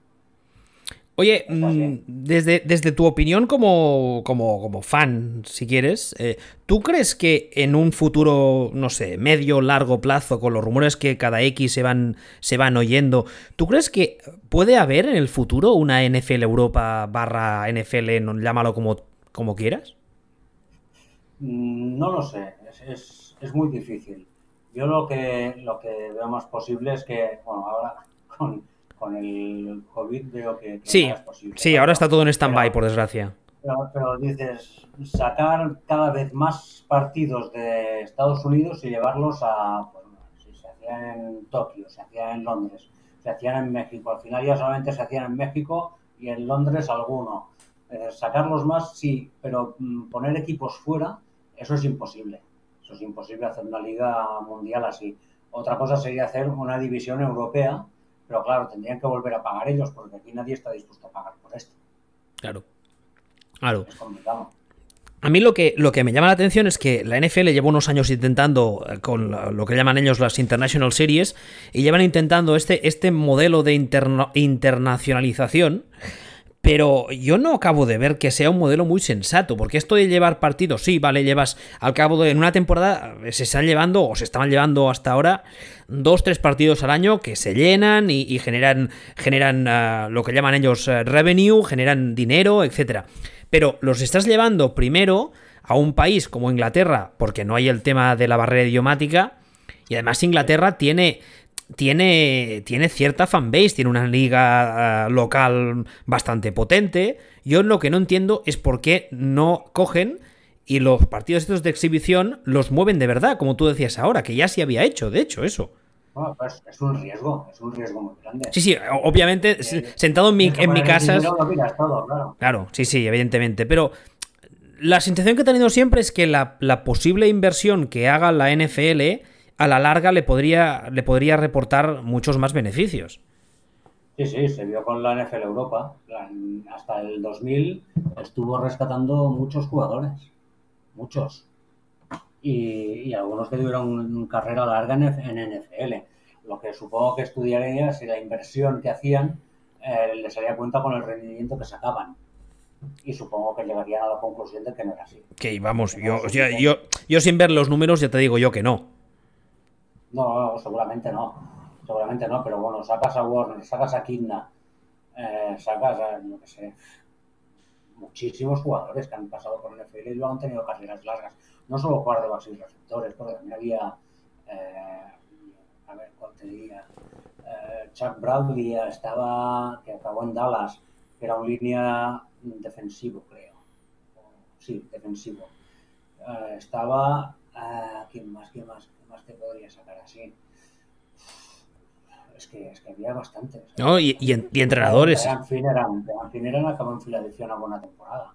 Oye, desde, desde tu opinión como, como, como fan, si quieres, eh, ¿tú crees que en un futuro, no sé, medio, largo plazo, con los rumores que cada X se van, se van oyendo, ¿tú crees que puede haber en el futuro una N F L Europa barra N F L, llámalo como, como quieras? No lo sé, es, es, es muy difícil. Yo lo que, lo que veo más posible es que, bueno, ahora con... con el COVID veo que, que sí, nada es posible. Sí, ¿no? Ahora está todo en stand-by, por desgracia. Pero, pero dices, sacar cada vez más partidos de Estados Unidos y llevarlos a, pues, si se hacían en Tokio, se hacían en Londres, se hacían en México, al final ya solamente se hacían en México y en Londres alguno. Eh, sacarlos más, sí, pero mm, poner equipos fuera, eso es imposible. Eso es imposible hacer una liga mundial así. Otra cosa sería hacer una división europea, pero claro, tendrían que volver a pagar ellos, porque aquí nadie está dispuesto a pagar por esto. Claro. Claro. Es complicado. A mí lo que, lo que me llama la atención es que la N F L lleva unos años intentando, con lo que llaman ellos las International Series, y llevan intentando este, este modelo de interna, internacionalización, pero yo no acabo de ver que sea un modelo muy sensato, porque esto de llevar partidos, sí, vale, llevas al cabo de en una temporada, se están llevando, o se estaban llevando hasta ahora, dos, tres partidos al año que se llenan y, y generan, generan uh, lo que llaman ellos uh, revenue, generan dinero, etcétera. Pero los estás llevando primero a un país como Inglaterra, porque no hay el tema de la barrera idiomática, y además Inglaterra tiene... Tiene, tiene cierta fanbase, tiene una liga uh, local bastante potente. Yo lo que no entiendo es por qué no cogen y los partidos estos de exhibición los mueven de verdad, como tú decías ahora, que ya se había hecho, de hecho, eso. Bueno, pues es un riesgo, es un riesgo muy grande. Sí, sí, obviamente, eh, sentado en mi, en mi casa... Lo miras todo, claro. Claro, sí, sí, evidentemente, pero la sensación que he tenido siempre es que la, la posible inversión que haga la N F L... a la larga le podría, le podría reportar muchos más beneficios. Sí, sí, se vio con la N F L Europa. Hasta el dos mil estuvo rescatando muchos jugadores. Muchos. Y, y algunos que tuvieron carrera larga en, en N F L. Lo que supongo que estudiaría si la inversión que hacían eh, les haría cuenta con el rendimiento que sacaban. Y supongo que llegarían a la conclusión de que no era así. Que vamos, que no yo, yo, yo, yo sin ver los números ya te digo yo que no. No, seguramente no, seguramente no, pero bueno, sacas a Warner, sacas a Kidna, eh, sacas a, no sé, muchísimos jugadores que han pasado por el N F L y luego han tenido carreras largas, no solo quarterbacks y receptores, porque también había, eh, a ver, ¿cuál te diría? Eh, Chuck Bradley estaba, que acabó en Dallas, que era un línea defensivo, creo, sí, defensivo, eh, estaba, eh, ¿quién más, quién más? más te podría sacar así. Es que, es que había bastantes. No, y, y, y entrenadores. Brian Finneran, Brian Finneran acabó en Filadelfia una buena temporada.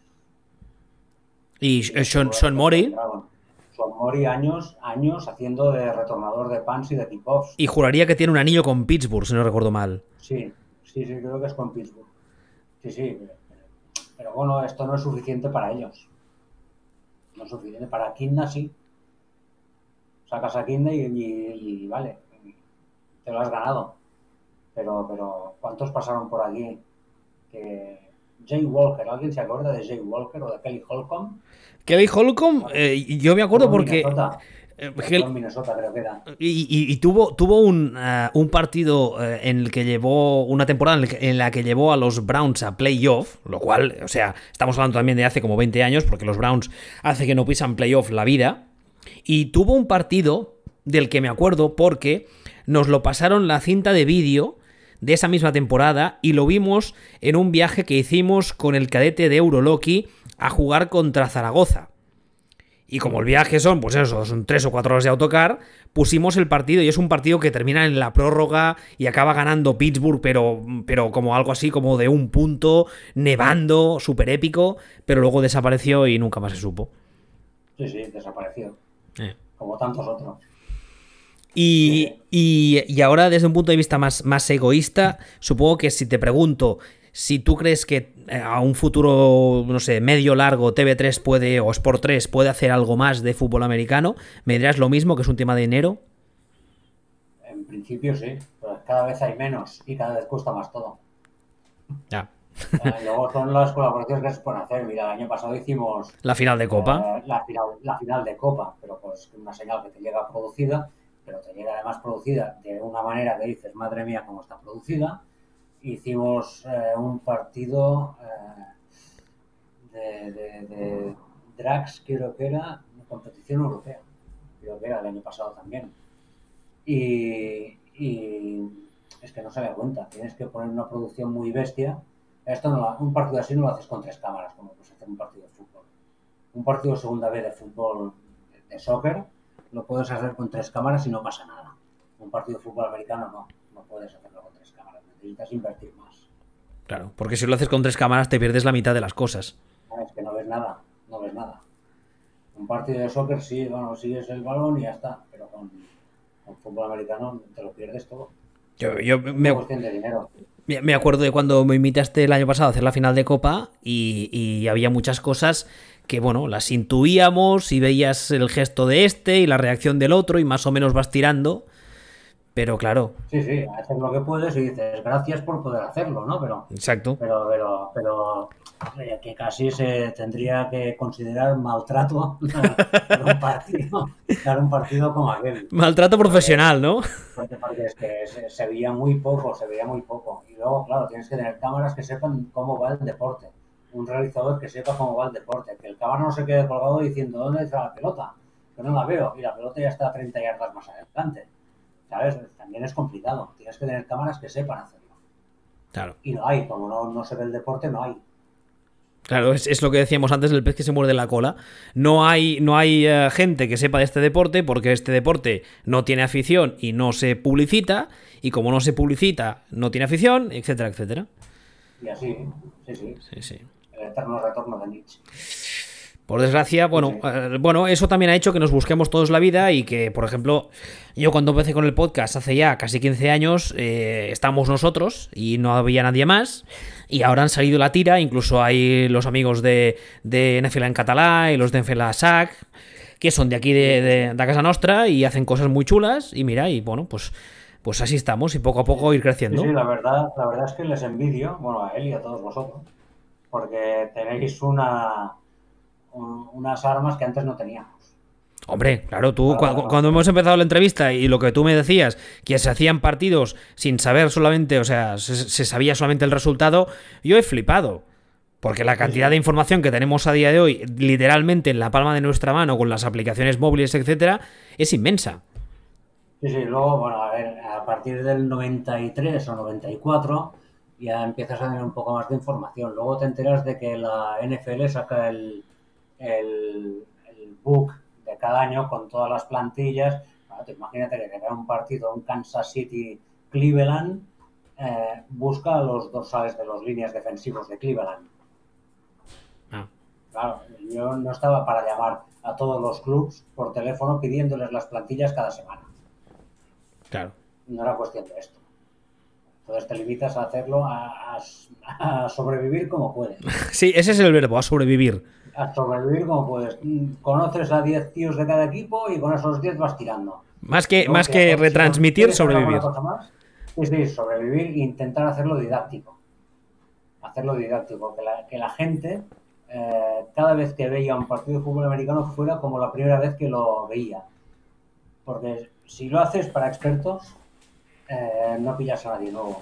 Y, y Sean, Sean Murray. Sean Murray años, años haciendo de retornador de punts y de kickoffs. Y juraría que tiene un anillo con Pittsburgh, si no recuerdo mal. Sí, sí, sí, creo que es con Pittsburgh. Sí, sí. Pero, pero bueno, esto no es suficiente para ellos. No es suficiente. Para Kidna sí. Sacas a Kidney y, y, y vale, te lo has ganado. Pero, pero ¿cuántos pasaron por aquí? Que Jay Walker, ¿alguien se acuerda de Jay Walker o de Kelly Holcomb? Kelly Holcomb, eh, yo me acuerdo porque... Minnesota. En Minnesota creo que era. Y, y, y tuvo, tuvo un, uh, un partido uh, en el que llevó, una temporada en, el que, en la que llevó a los Browns a playoff, lo cual, o sea, estamos hablando también de hace como veinte años, porque los Browns hace que no pisan playoff la vida. Y tuvo un partido del que me acuerdo porque nos lo pasaron la cinta de vídeo de esa misma temporada y lo vimos en un viaje que hicimos con el cadete de Euroloki a jugar contra Zaragoza. Y como el viaje son, pues eso, son tres o cuatro horas de autocar, pusimos el partido y es un partido que termina en la prórroga y acaba ganando Pittsburgh, pero, pero como algo así como de un punto, nevando, súper épico, pero luego desapareció y nunca más se supo. Sí, sí, desapareció. Eh. Como tantos otros. Y, y, y ahora, desde un punto de vista más, más egoísta, supongo que si te pregunto si tú crees que a un futuro, no sé, medio largo, T V tres puede, o Sport tres puede hacer algo más de fútbol americano, ¿me dirás lo mismo, que es un tema de dinero? En principio sí, pero cada vez hay menos y cada vez cuesta más todo. Ya. Eh, luego son las colaboraciones que se pueden hacer. Mira, el año pasado hicimos la final de Copa. Eh, la, final, la final de Copa, pero pues una señal que te llega producida, pero te llega además producida de una manera que dices, madre mía, cómo está producida. Hicimos eh, un partido eh, de, de, de Drax, creo que era, una competición europea, creo que era el año pasado también. Y, y es que no se da cuenta, tienes que poner una producción muy bestia. Esto no lo, un partido así no lo haces con tres cámaras, como puedes hacer un partido de fútbol. Un partido de segunda vez de fútbol, de, de soccer, lo puedes hacer con tres cámaras y no pasa nada. Un partido de fútbol americano no, no puedes hacerlo con tres cámaras, necesitas invertir más. Claro, porque si lo haces con tres cámaras te pierdes la mitad de las cosas. Es que no ves nada, no ves nada. Un partido de soccer sí, bueno, sigues el balón y ya está, pero con, con fútbol americano te lo pierdes todo. Yo, yo es me... una cuestión de dinero. Me acuerdo de cuando me invitaste el año pasado a hacer la final de Copa y, y había muchas cosas que, bueno, las intuíamos y veías el gesto de este y la reacción del otro y más o menos vas tirando, pero claro. Sí, sí, haces lo que puedes y dices gracias por poder hacerlo, ¿no? Pero, exacto. Pero, pero, pero eh, que casi se tendría que considerar maltrato dar un partido, dar un partido como aquel. Maltrato profesional, ¿no? Porque, porque es que se, se veía muy poco, se veía muy poco. Y luego, claro, tienes que tener cámaras que sepan cómo va el deporte. un realizador que sepa cómo va el deporte, que el cámara no se quede colgado diciendo dónde está la pelota, que no la veo, y la pelota ya está a treinta yardas más adelante. ¿Sabes? También es complicado. Tienes que tener cámaras que sepan hacerlo. Claro. Y no hay, como no, no se ve el deporte, no hay. Claro, es, es lo que decíamos antes del pez que se muerde la cola. No hay, no hay uh, gente que sepa de este deporte porque este deporte no tiene afición y no se publicita. Y como no se publicita, no tiene afición, etcétera, etcétera. Y así, sí, sí. Sí, sí. El eterno retorno de Nietzsche. Por desgracia, bueno, Sí, sí. eh, bueno, eso también ha hecho que nos busquemos todos la vida y que, por ejemplo, yo cuando empecé con el podcast hace ya casi quince años, eh, estamos nosotros y no había nadie más, y ahora han salido la tira, incluso hay los amigos de, de N F L en catalá y los de N F L S A C, que son de aquí de, de, de casa nostra y hacen cosas muy chulas, y mira, y bueno, pues, pues así estamos y poco a poco ir creciendo. Sí, sí, la verdad, la verdad es que les envidio, bueno, a él y a todos vosotros, porque tenéis una... unas armas que antes no teníamos. Hombre, claro, tú Claro, cuando, claro. cuando hemos empezado la entrevista y lo que tú me decías, que se hacían partidos sin saber solamente, o sea, se, se sabía solamente el resultado, yo he flipado. Porque la cantidad Sí, sí. de información que tenemos a día de hoy, literalmente en la palma de nuestra mano, con las aplicaciones móviles, etcétera, es inmensa. Sí, sí, luego, bueno, a ver, a partir del noventa y tres o noventa y cuatro ya empiezas a tener un poco más de información. Luego te enteras de que la N F L saca el, el, el book de cada año con todas las plantillas. Bueno, te imagínate que te cae un partido, un Kansas City-Cleveland, eh, busca los dorsales de los líneas defensivos de Cleveland. Ah, Claro, yo no estaba para llamar a todos los clubs por teléfono pidiéndoles las plantillas cada semana. claro. No era cuestión de esto. Entonces te limitas a hacerlo, a, a- a sobrevivir como puedes. Sí, ese es el verbo, a sobrevivir. A sobrevivir como puedes. Mm, Conoces a diez tíos de cada equipo y con esos diez vas tirando. Más que, Luego, más si- que si retransmitir, quieres hacer alguna sobrevivir. cosa más, es decir, sobrevivir e intentar hacerlo didáctico. Hacerlo didáctico. Que la, que la gente, eh, cada vez que veía un partido de fútbol americano, fuera como la primera vez que lo veía. Porque si lo haces para expertos, eh, no pillas a nadie nuevo.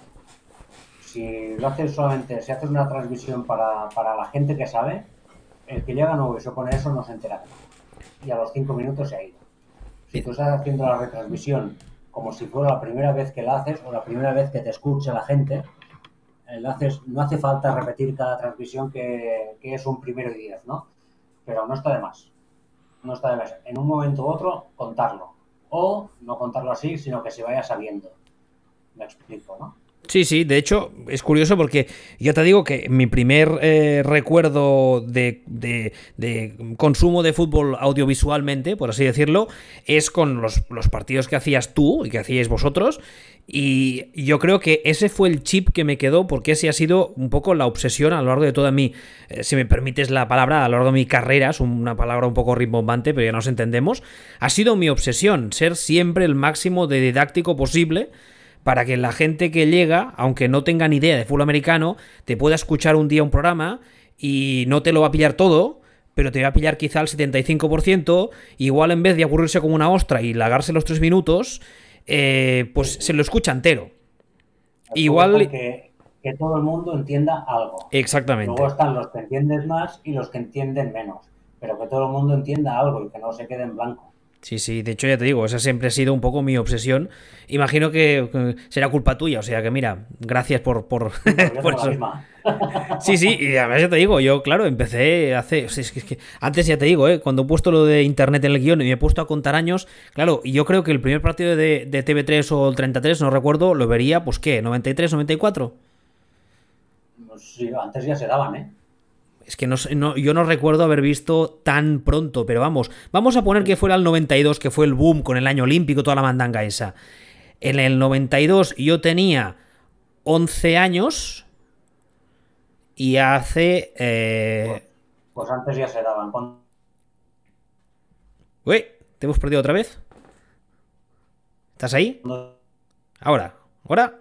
Si lo haces solamente, si haces una transmisión para, para la gente que sabe, el que llega nuevo y se pone eso no se entera. Y a los cinco minutos se ha ido. Si tú estás haciendo la retransmisión como si fuera la primera vez que la haces o la primera vez que te escucha la gente, eh, lo haces, no hace falta repetir cada transmisión que, que es un primero y diez, ¿no? Pero no está de más. No está de más. En un momento u otro, contarlo. O no contarlo así, sino que se vaya sabiendo. Me explico, ¿no? Sí, sí, de hecho es curioso porque yo te digo que mi primer eh, recuerdo de, de, de consumo de fútbol audiovisualmente, por así decirlo, es con los, los partidos que hacías tú y que hacíais vosotros, y yo creo que ese fue el chip que me quedó porque ese ha sido un poco la obsesión a lo largo de toda mi, eh, si me permites la palabra, a lo largo de mi carrera, es una palabra un poco rimbombante, pero ya nos entendemos, ha sido mi obsesión, ser siempre el máximo de didáctico posible, para que la gente que llega, aunque no tenga ni idea de fútbol americano, te pueda escuchar un día un programa y no te lo va a pillar todo, pero te va a pillar quizá el setenta y cinco por ciento, igual en vez de aburrirse como una ostra y lagarse los tres minutos, eh, pues se lo escucha entero. Igual... Que, que todo el mundo entienda algo. Exactamente. Luego están los que entienden más y los que entienden menos, pero que todo el mundo entienda algo y que no se quede en blanco. Sí, sí, de hecho ya te digo, esa siempre ha sido un poco mi obsesión. Imagino que eh, será culpa tuya, o sea que mira, gracias por, por, por eso. Sí, sí, y además ya te digo, yo claro, empecé hace... O sea, es que, es que antes ya te digo, ¿eh? Cuando he puesto lo de internet en el guión y me he puesto a contar años, claro, y yo creo que el primer partido de, de T V tres o el treinta y tres, no recuerdo, lo vería, pues ¿qué? ¿noventa y tres, noventa y cuatro? Sí, antes ya se daban, ¿eh? Es que no, no, yo no recuerdo haber visto tan pronto, pero vamos, vamos a poner que fuera el noventa y dos, que fue el boom con el año olímpico, toda la mandanga esa. En el noventa y dos yo tenía once años y hace... Eh... Pues, pues antes ya se daban. Cuando... Uy, ¿te hemos perdido otra vez? ¿Estás ahí? Ahora, ahora.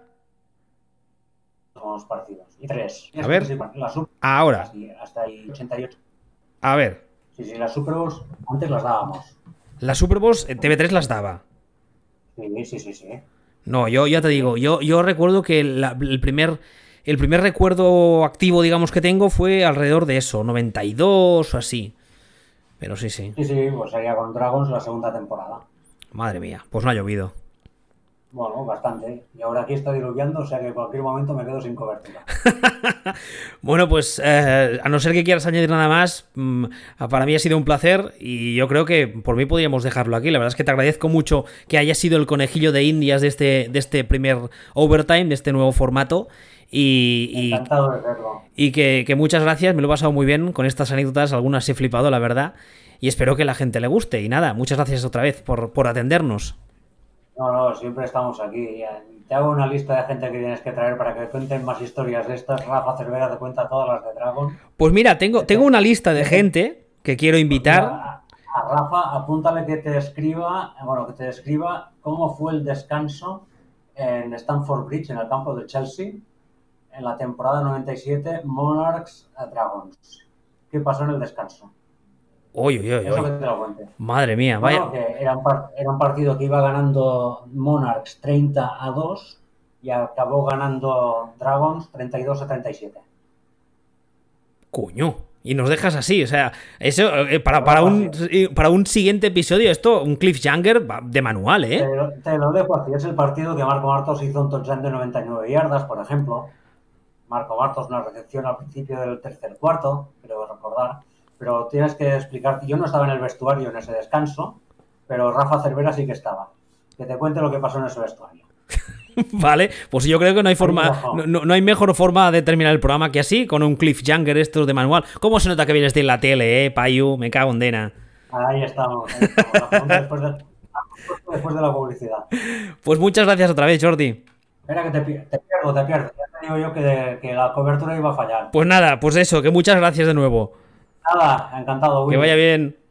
Los partidos. Y tres. A ver. La Super... Ahora. Hasta el ochenta y ocho. A ver. Sí, sí, las Super Bowls antes las dábamos. Las Super Bowls T V tres las daba. Sí, sí, sí, sí. No, yo ya te digo, yo, yo recuerdo que la, el primer el primer recuerdo activo, digamos, que tengo fue alrededor de eso, noventa y dos o así. Pero sí, sí. Sí, sí, pues sería con Dragons la segunda temporada. Madre mía, pues no ha llovido. Bueno, bastante. Y ahora aquí está diluviando, o sea que en cualquier momento me quedo sin cobertura. Bueno, pues eh, a no ser que quieras añadir nada más, mmm, para mí ha sido un placer y yo creo que por mí podríamos dejarlo aquí. La verdad es que te agradezco mucho que hayas sido el conejillo de Indias de este, de este primer Overtime, de este nuevo formato. Y, y, Encantado de verlo. Y que, que muchas gracias, me lo he pasado muy bien con estas anécdotas, algunas he flipado, la verdad. Y espero que la gente le guste. Y nada, muchas gracias otra vez por, por atendernos. No, no, siempre estamos aquí. Te hago una lista de gente que tienes que traer para que cuenten más historias de estas. Rafa Cervera te cuenta todas las de Dragon. Pues mira, tengo, tengo una lista de gente que quiero invitar. Pues mira, a, a Rafa, apúntale que te escriba, bueno, que te describa cómo fue el descanso en Stamford Bridge, en el campo de Chelsea, en la temporada noventa y siete, Monarchs a Dragons. ¿Qué pasó en el descanso? Uy, uy, uy, Eso uy. que te lo cuente. Madre mía, Bueno, vaya. que era un, par- era un partido que iba ganando Monarchs treinta a dos y acabó ganando Dragons treinta y dos a treinta y siete. Coño. Y nos dejas así, o sea, eso eh, para, para, un, para un siguiente episodio, esto, un cliffhanger de manual, ¿eh? Te lo, te lo dejo así. Es el partido que Marco Martos hizo un touchdown de noventa y nueve yardas, por ejemplo. Marco Martos una recepción al principio del tercer cuarto, creo recordar. Pero tienes que explicar. Yo no estaba en el vestuario en ese descanso, pero Rafa Cervera sí que estaba. Que te cuente lo que pasó en ese vestuario. Vale, pues yo creo que no hay forma, no, no hay mejor forma de terminar el programa que así, con un cliffhanger estos de manual. ¿Cómo se nota que vienes de la tele, eh, Payu? Me cago en Dena. Ahí estamos, ahí estamos. La pregunta después de, después de la publicidad. Pues muchas gracias otra vez, Jordi. Espera que te, te pierdo, te pierdo. Ya te digo yo que, de, que la cobertura iba a fallar. Pues nada, pues eso, que muchas gracias de nuevo. Nada, encantado, Willy. Que vaya bien.